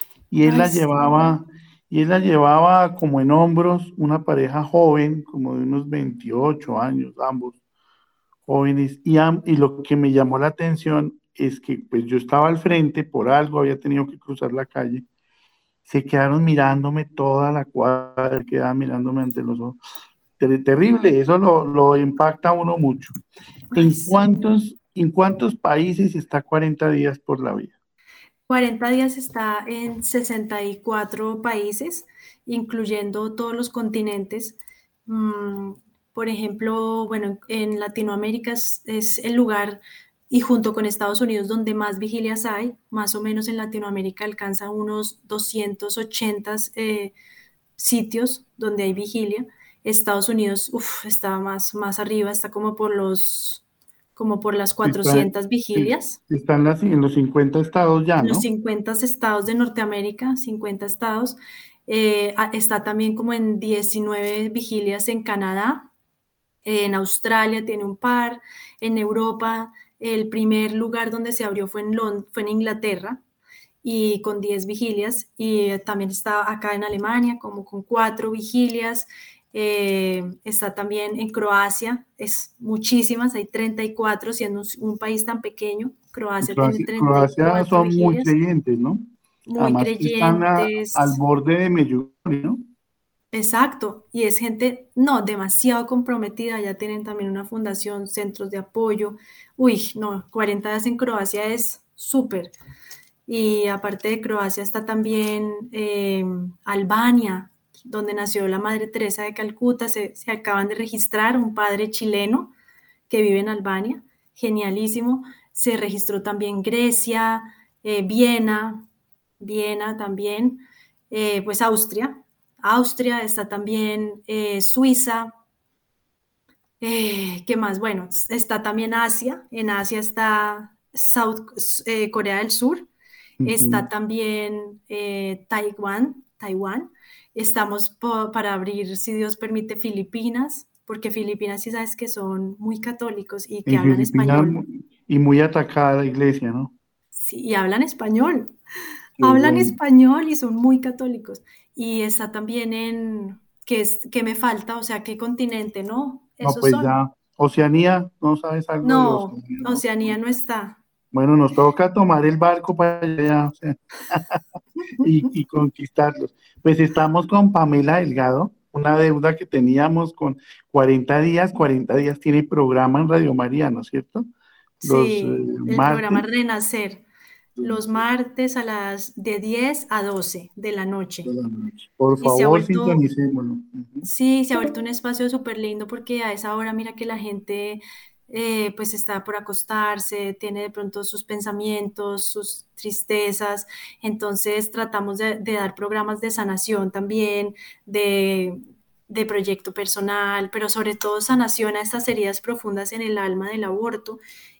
y él Ay, la sí. llevaba, y él la llevaba como en hombros, una pareja joven, como de unos veintiocho años, ambos jóvenes, y, am- y lo que me llamó la atención es que pues yo estaba al frente, por algo había tenido que cruzar la calle, se quedaron mirándome toda la cuadra, quedaban mirándome ante los ojos. Ter- Terrible, eso lo, lo impacta a uno mucho. Ay, ¿En sí. cuántos, en cuántos países está cuarenta días por la vida? cuarenta días está en sesenta y cuatro países, incluyendo todos los continentes. Mm, por ejemplo, bueno, en Latinoamérica es, es el lugar y junto con Estados Unidos donde más vigilias hay, más o menos en Latinoamérica alcanza unos doscientos ochenta eh, sitios donde hay vigilia. Estados Unidos, uf, está más, más arriba, está como por los, como por las Está, cuatrocientas es- vigilias. están las- en los cincuenta estados ya, En los ¿no? cincuenta estados de Norteamérica, cincuenta estados. Eh, a- está también como en diecinueve vigilias en Canadá, en Australia tiene un par, en Europa el primer lugar donde se abrió fue en, Lond fue en Inglaterra y con diez vigilias, y eh, también está acá en Alemania como con cuatro vigilias. Eh, está también en Croacia, es muchísimas, hay treinta y cuatro, siendo un, un país tan pequeño. En Croacia tiene Croacia, treinta y Croacia cuatro son muy vigilias, creyentes, ¿no? muy Además que están a- al creyentes. borde de Medjugorje, ¿no? Exacto, y es gente, no, demasiado comprometida, ya tienen también una fundación, centros de apoyo. Uy, no, cuarenta días en Croacia es súper. Y aparte de Croacia está también eh, Albania, donde nació la Madre Teresa de Calcuta. Se, se acaban de registrar un padre chileno que vive en Albania, genialísimo. Se registró también Grecia, eh, Viena, Viena también, eh, pues Austria. Austria está también eh, Suiza. Eh, ¿qué más? Bueno, está también Asia. En Asia está South, eh, Corea del Sur. Está Ujú. también eh, Taiwán, Taiwán. Estamos po- para abrir, si Dios permite, Filipinas, porque Filipinas sí sabes que son muy católicos y que En hablan Filipinas español. mu- y muy atacada la iglesia, ¿no? Sí, y hablan español. Qué Hablan bueno. español y son muy católicos. Y está también en, ¿qué es, qué me falta? O sea, ¿qué continente? No, No, esos pues son. ya, Oceanía, ¿no sabes algo de No, Oceanía, no? Oceanía no está. Bueno, nos toca tomar el barco para allá, o sea, y, y conquistarlos. Pues estamos con Pamela Delgado, una deuda que teníamos con cuarenta días. Cuarenta días tiene programa en Radio María, ¿no es cierto? Los eh, Sí, el programa martes Renacer, los martes a las de diez a doce de la de noche. la noche. Por Y se ha favor, vuelto, sintonicémoslo. Ujú. sí, se ha vuelto un espacio súper lindo porque a esa hora mira que la gente eh, pues está por acostarse, tiene de pronto sus pensamientos, sus tristezas. Entonces tratamos de, de dar programas de sanación también, de, de proyecto personal, pero sobre todo sanación a estas heridas profundas en el alma del aborto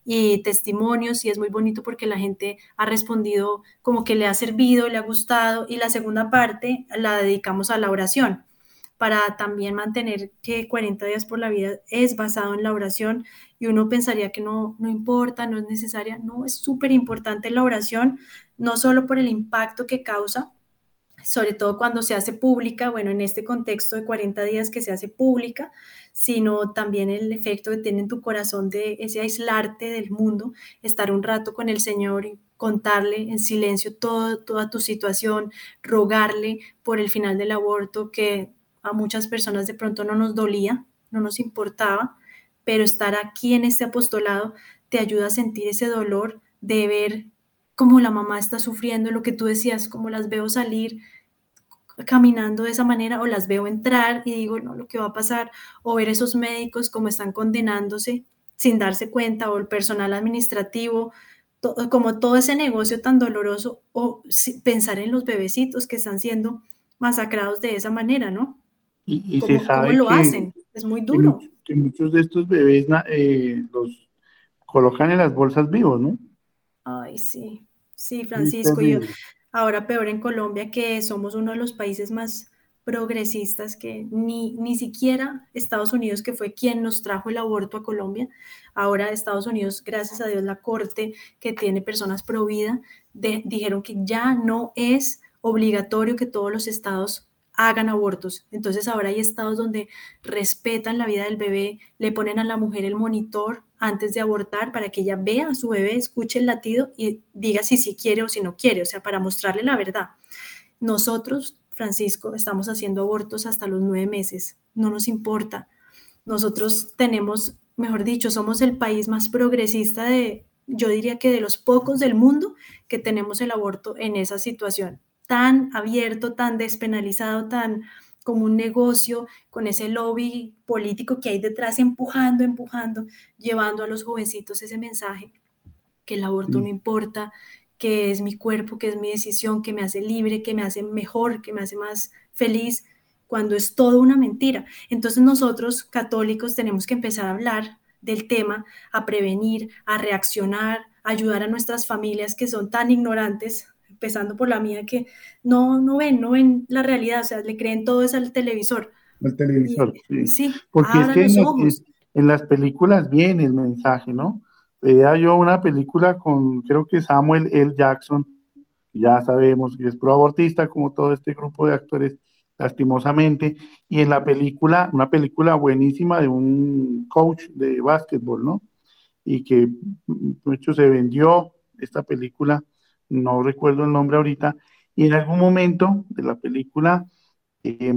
y testimonios, y es muy bonito porque la gente ha respondido como que le ha servido, le ha gustado, y la segunda parte la dedicamos a la oración para también mantener que cuarenta días por la vida es basado en la oración, y uno pensaría que no, no importa, no es necesaria. No, es súper importante la oración, no solo por el impacto que causa, sobre todo cuando se hace pública, bueno, en este contexto de cuarenta días que se hace pública, sino también el efecto que tiene en tu corazón de ese aislarte del mundo, estar un rato con el Señor y contarle en silencio todo, toda tu situación, rogarle por el final del aborto, que a muchas personas de pronto no nos dolía, no nos importaba, pero estar aquí en este apostolado te ayuda a sentir ese dolor de ver cómo la mamá está sufriendo, lo que tú decías, cómo las veo salir caminando de esa manera, o las veo entrar y digo, no, lo que va a pasar, o ver esos médicos como están condenándose sin darse cuenta, o el personal administrativo, to, como todo ese negocio tan doloroso, o si, pensar en los bebecitos que están siendo masacrados de esa manera, ¿no? Y, y se ¿Cómo, cómo sabe lo que, hacen? Es muy que, duro. much- que muchos de estos bebés na- eh, los colocan en las bolsas vivos, ¿no? Ay, sí, sí, Es Francisco, y yo, terrible. ahora peor en Colombia, que somos uno de los países más progresistas, que ni, ni siquiera Estados Unidos, que fue quien nos trajo el aborto a Colombia, ahora Estados Unidos, gracias a Dios, la corte que tiene personas pro vida, de, dijeron que ya no es obligatorio que todos los estados hagan abortos. Entonces ahora hay estados donde respetan la vida del bebé, le ponen a la mujer el monitor antes de abortar para que ella vea a su bebé, escuche el latido y diga si sí quiere o si no quiere, o sea, para mostrarle la verdad. Nosotros, Francisco, estamos haciendo abortos hasta los nueve meses, no nos importa. Nosotros tenemos, mejor dicho, somos el país más progresista de, yo diría que de los pocos del mundo que tenemos el aborto en esa situación, tan abierto, tan despenalizado, tan como un negocio, con ese lobby político que hay detrás empujando, empujando, llevando a los jovencitos ese mensaje, que el aborto no Sí. importa, que es mi cuerpo, que es mi decisión, que me hace libre, que me hace mejor, que me hace más feliz, cuando es todo una mentira. Entonces nosotros, católicos, tenemos que empezar a hablar del tema, a prevenir, a reaccionar, a ayudar a nuestras familias que son tan ignorantes, empezando por la mía, que no, no ven, no ven la realidad, o sea, le creen todo eso al televisor. El Y televisor, sí. sí, Porque es abran que en los las, en, ojos. en las películas viene el mensaje, ¿no? Veía yo una película con, creo que Samuel L. Jackson, ya sabemos que es proabortista, como todo este grupo de actores, lastimosamente, y en la película, una película buenísima de un coach de básquetbol, ¿no? Y que de hecho se vendió esta película, no recuerdo el nombre ahorita, y en algún momento de la película, eh,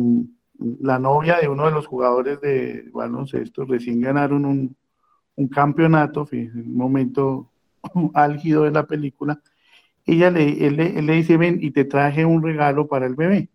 la novia de uno de los jugadores de baloncesto recién ganaron un, un campeonato, fíjense, un momento álgido de la película, ella le, él, le, él le dice, ven, y te traje un regalo para el bebé.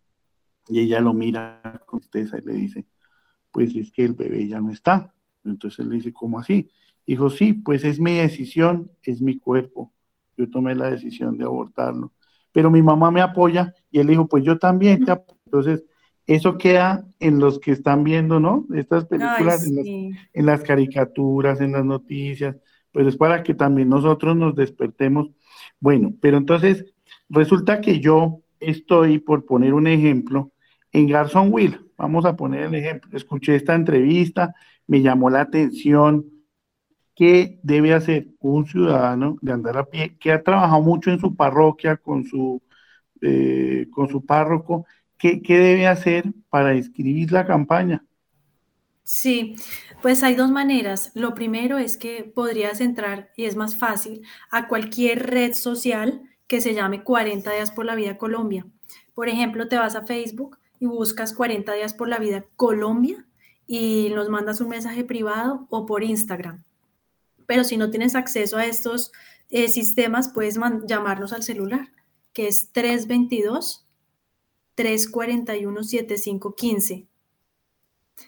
Y ella lo mira con tristeza y le dice, pues es que el bebé ya no está. Entonces él le dice, ¿cómo así? Dijo, sí, pues es mi decisión, es mi cuerpo. Yo tomé la decisión de abortarlo. Pero mi mamá me apoya y él dijo, pues yo también te apoyo. Entonces, eso queda en los que están viendo, ¿no? Estas Ay, películas, en las, sí. en las caricaturas, en las noticias, pues es para que también nosotros nos despertemos. Bueno, pero entonces resulta que yo estoy, por poner un ejemplo, en Garzonville. Vamos a poner el ejemplo. Escuché esta entrevista, me llamó la atención. ¿Qué debe hacer un ciudadano de andar a pie que ha trabajado mucho en su parroquia con su, eh, con su párroco? ¿Qué, qué debe hacer para inscribir la campaña? Sí, pues hay dos maneras. Lo primero es que podrías entrar, y es más fácil, a cualquier red social que se llame cuarenta días por la vida Colombia. Por ejemplo, te vas a Facebook y buscas cuarenta días por la vida Colombia y nos mandas un mensaje privado, o por Instagram. Pero si no tienes acceso a estos eh, sistemas, puedes llamarnos al celular, que es tres veintidós, tres cuarenta y uno, setenta y cinco quince.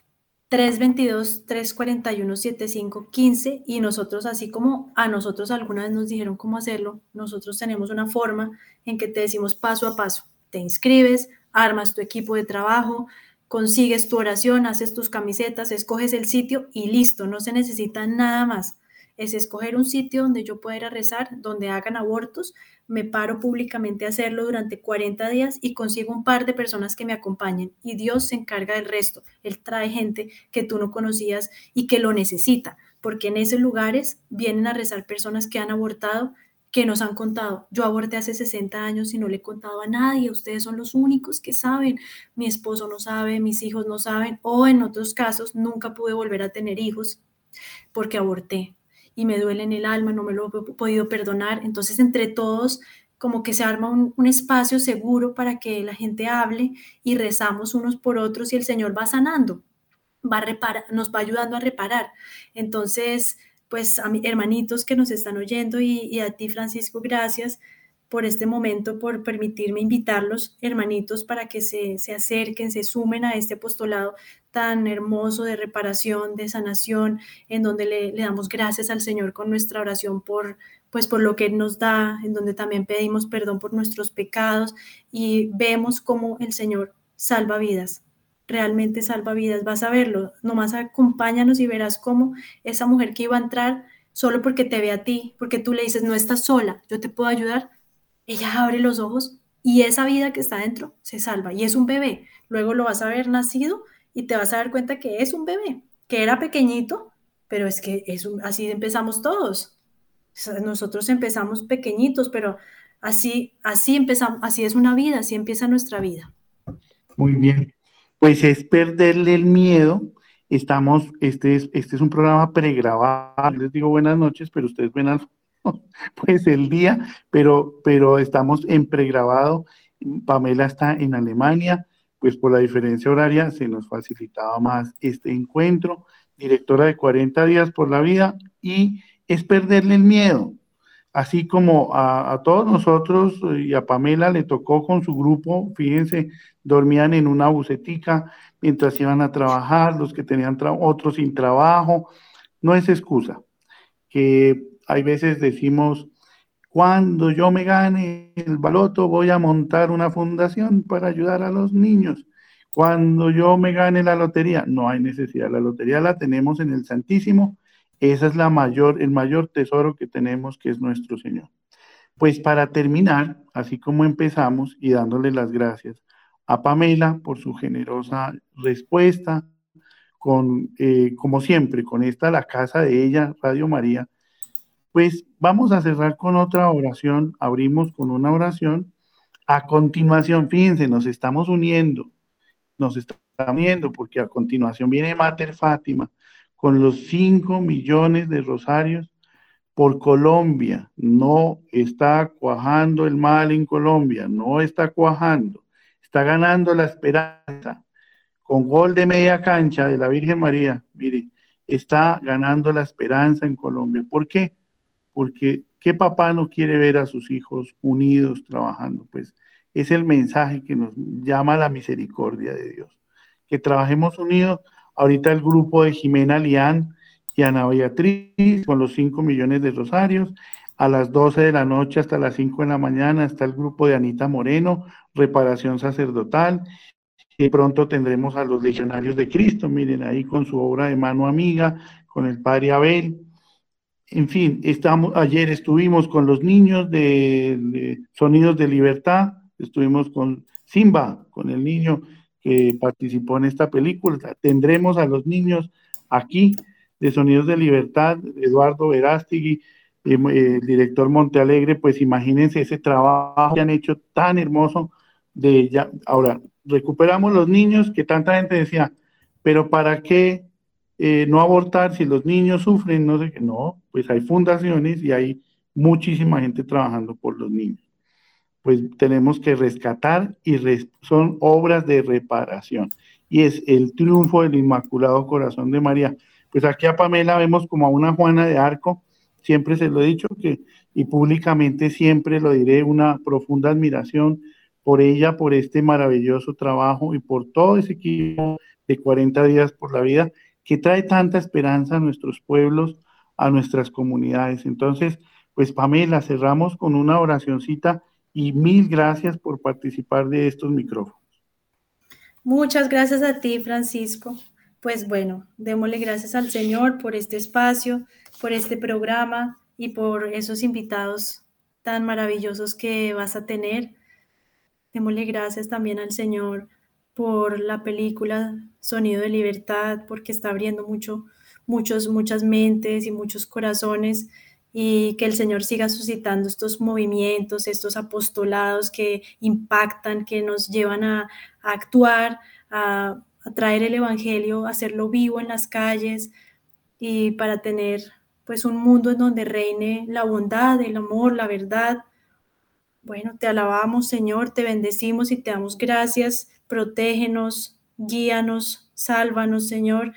tres dos dos, tres cuatro uno, siete cinco uno cinco, y nosotros, así como a nosotros alguna vez nos dijeron cómo hacerlo, nosotros tenemos una forma en que te decimos paso a paso. Te inscribes, armas tu equipo de trabajo, consigues tu oración, haces tus camisetas, escoges el sitio y listo, no se necesita nada más. Es escoger un sitio donde yo pueda ir a rezar, donde hagan abortos, me paro públicamente a hacerlo durante cuarenta días y consigo un par de personas que me acompañen y Dios se encarga del resto. Él trae gente que tú no conocías y que lo necesita, porque en esos lugares vienen a rezar personas que han abortado, que nos han contado. Yo aborté hace sesenta años y no le he contado a nadie, ustedes son los únicos que saben, mi esposo no sabe, mis hijos no saben, o en otros casos nunca pude volver a tener hijos porque aborté y me duele en el alma, no me lo he podido perdonar. Entonces, entre todos, como que se arma un, un espacio seguro para que la gente hable y rezamos unos por otros y el Señor va sanando, va a reparar, nos va ayudando a reparar. Entonces, pues a mis hermanitos que nos están oyendo y, y a ti, Francisco, gracias por este momento, por permitirme invitarlos, hermanitos, para que se, se acerquen, se sumen a este apostolado tan hermoso de reparación, de sanación, en donde le, le damos gracias al Señor con nuestra oración por, pues por lo que Él nos da, en donde también pedimos perdón por nuestros pecados y vemos cómo el Señor salva vidas, realmente salva vidas. Vas a verlo, nomás acompáñanos y verás cómo esa mujer que iba a entrar solo porque te ve a ti, porque tú le dices, no estás sola, yo te puedo ayudar, ella abre los ojos y esa vida que está dentro se salva y es un bebé. Luego lo vas a ver nacido y te vas a dar cuenta que es un bebé, que era pequeñito, pero es que es un, así empezamos todos. O sea, nosotros empezamos pequeñitos, pero así, así empezamos, así es una vida, así empieza nuestra vida. Muy bien. Pues es perderle el miedo. Estamos, este es, este es un programa pregrabado. Les digo buenas noches, pero ustedes ven al, pues el día, pero, pero estamos en pregrabado. Pamela está en Alemania, pues por la diferencia horaria se nos facilitaba más este encuentro. Directora de cuarenta días por la vida, y es perderle el miedo. Así como a, a todos nosotros y a Pamela le tocó con su grupo, fíjense, dormían en una bucetica mientras iban a trabajar, los que tenían tra- otros sin trabajo. No es excusa, que hay veces decimos, cuando yo me gane el baloto voy a montar una fundación para ayudar a los niños. Cuando yo me gane la lotería, no hay necesidad, la lotería la tenemos en el Santísimo. Esa es la mayor, el mayor tesoro que tenemos, que es nuestro Señor. Pues para terminar, así como empezamos y dándole las gracias a Pamela por su generosa respuesta, con, eh, como siempre, con esta, la casa de ella, Radio María, pues vamos a cerrar con otra oración, abrimos con una oración. A continuación, fíjense, nos estamos uniendo, nos estamos uniendo, porque a continuación viene Mater Fátima con los cinco millones de rosarios por Colombia. No está cuajando el mal en Colombia, no está cuajando, está ganando la esperanza. Con gol de media cancha de la Virgen María, mire, está ganando la esperanza en Colombia. ¿Por qué? Porque ¿qué papá no quiere ver a sus hijos unidos trabajando? Pues es el mensaje que nos llama a la misericordia de Dios. Que trabajemos unidos. Ahorita el grupo de Jimena Lián y Ana Beatriz con los cinco millones de rosarios. A las doce de la noche hasta las cinco de la mañana está el grupo de Anita Moreno, reparación sacerdotal. Y pronto tendremos a los legionarios de Cristo, miren ahí con su obra de mano amiga, con el padre Abel. En fin, estamos, ayer estuvimos con los niños de, de Sonidos de Libertad, estuvimos con Simba, con el niño que participó en esta película. Tendremos a los niños aquí de Sonidos de Libertad, Eduardo Verástegui, eh, el director Montealegre. Pues imagínense ese trabajo que han hecho tan hermoso de ya. Ahora, recuperamos los niños que tanta gente decía, pero ¿para qué eh, no abortar si los niños sufren? No sé qué. No, pues hay fundaciones y hay muchísima gente trabajando por los niños. Pues tenemos que rescatar y res, son obras de reparación. Y es el triunfo del Inmaculado Corazón de María. Pues aquí a Pamela vemos como a una Juana de Arco, siempre se lo he dicho, que, y públicamente siempre lo diré, una profunda admiración por ella, por este maravilloso trabajo y por todo ese equipo de cuarenta días por la vida, que trae tanta esperanza a nuestros pueblos, a nuestras comunidades. Entonces, pues Pamela, cerramos con una oracioncita y mil gracias por participar de estos micrófonos. Muchas gracias a ti, Francisco. Pues bueno, démosle gracias al Señor por este espacio, por este programa y por esos invitados tan maravillosos que vas a tener. Démosle gracias también al Señor por la película Sonido de Libertad, porque está abriendo mucho, muchos, muchas mentes y muchos corazones, y que el Señor siga suscitando estos movimientos, estos apostolados que impactan, que nos llevan a, a actuar, a, a traer el Evangelio, a hacerlo vivo en las calles y para tener pues un mundo en donde reine la bondad, el amor, la verdad. Bueno, te alabamos, Señor, te bendecimos y te damos gracias. Protégenos, guíanos, sálvanos, Señor,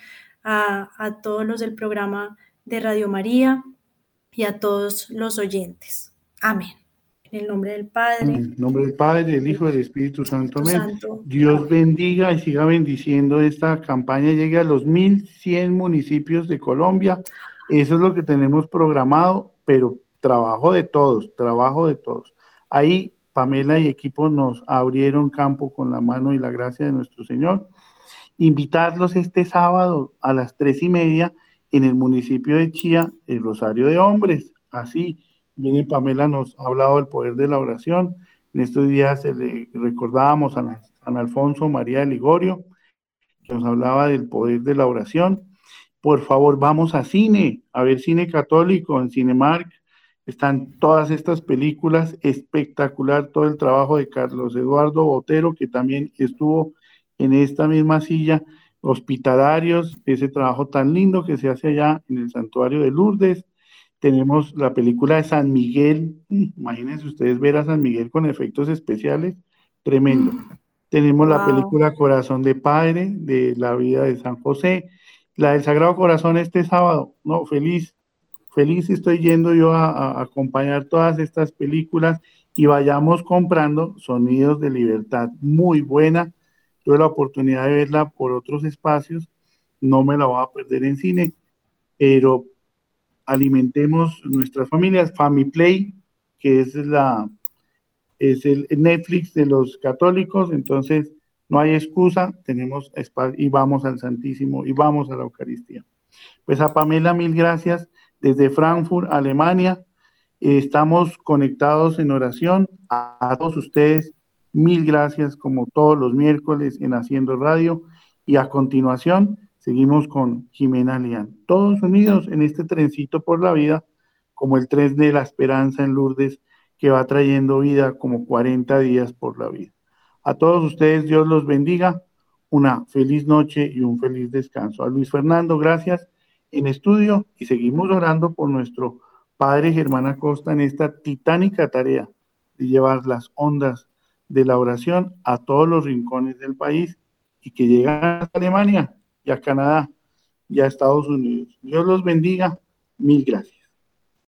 a, a todos los del programa de Radio María y a todos los oyentes. Amén. En el nombre del Padre, En el nombre del Padre, del Hijo y del Espíritu Santo. Espíritu Amén. Santo. Dios Amén. bendiga y siga bendiciendo esta campaña, llegue a los mil cien municipios de Colombia. Eso es lo que tenemos programado, pero trabajo de todos, trabajo de todos. Ahí Pamela y equipo nos abrieron campo con la mano y la gracia de nuestro Señor. Invitarlos este sábado a las tres y media en el municipio de Chía, el Rosario de Hombres. Así, viene Pamela, nos ha hablado del poder de la oración. En estos días se le recordábamos a San Alfonso María de Ligorio, que nos hablaba del poder de la oración. Por favor, vamos a cine, a ver cine católico en Cinemark. Están todas estas películas, espectacular todo el trabajo de Carlos Eduardo Botero, que también estuvo en esta misma silla, Hospitalarios, ese trabajo tan lindo que se hace allá en el Santuario de Lourdes. Tenemos la película de San Miguel, imagínense ustedes ver a San Miguel con efectos especiales, tremendo. Tenemos wow. La película Corazón de Padre, de la vida de San José, la del Sagrado Corazón este sábado, no, feliz, feliz estoy yendo yo a, a acompañar todas estas películas y vayamos comprando Sonidos de Libertad, muy buena. Tuve la oportunidad de verla por otros espacios, no me la voy a perder en cine, pero alimentemos nuestras familias. FamiPlay, que es, la, es el Netflix de los católicos, entonces no hay excusa, tenemos espacio y vamos al Santísimo y vamos a la Eucaristía. Pues a Pamela, mil gracias desde Frankfurt, Alemania. Estamos conectados en oración. A, a todos ustedes, mil gracias como todos los miércoles en Haciendo Radio. Y a continuación, seguimos con Jimena Lian. Todos unidos en este trencito por la vida, como el tren de la esperanza en Lourdes, que va trayendo vida como cuarenta días por la vida. A todos ustedes, Dios los bendiga. Una feliz noche y un feliz descanso. A Luis Fernando, gracias en estudio y seguimos orando por nuestro Padre Germán Acosta en esta titánica tarea de llevar las ondas de la oración a todos los rincones del país y que llegan a Alemania y a Canadá y a Estados Unidos. Dios los bendiga. Mil gracias.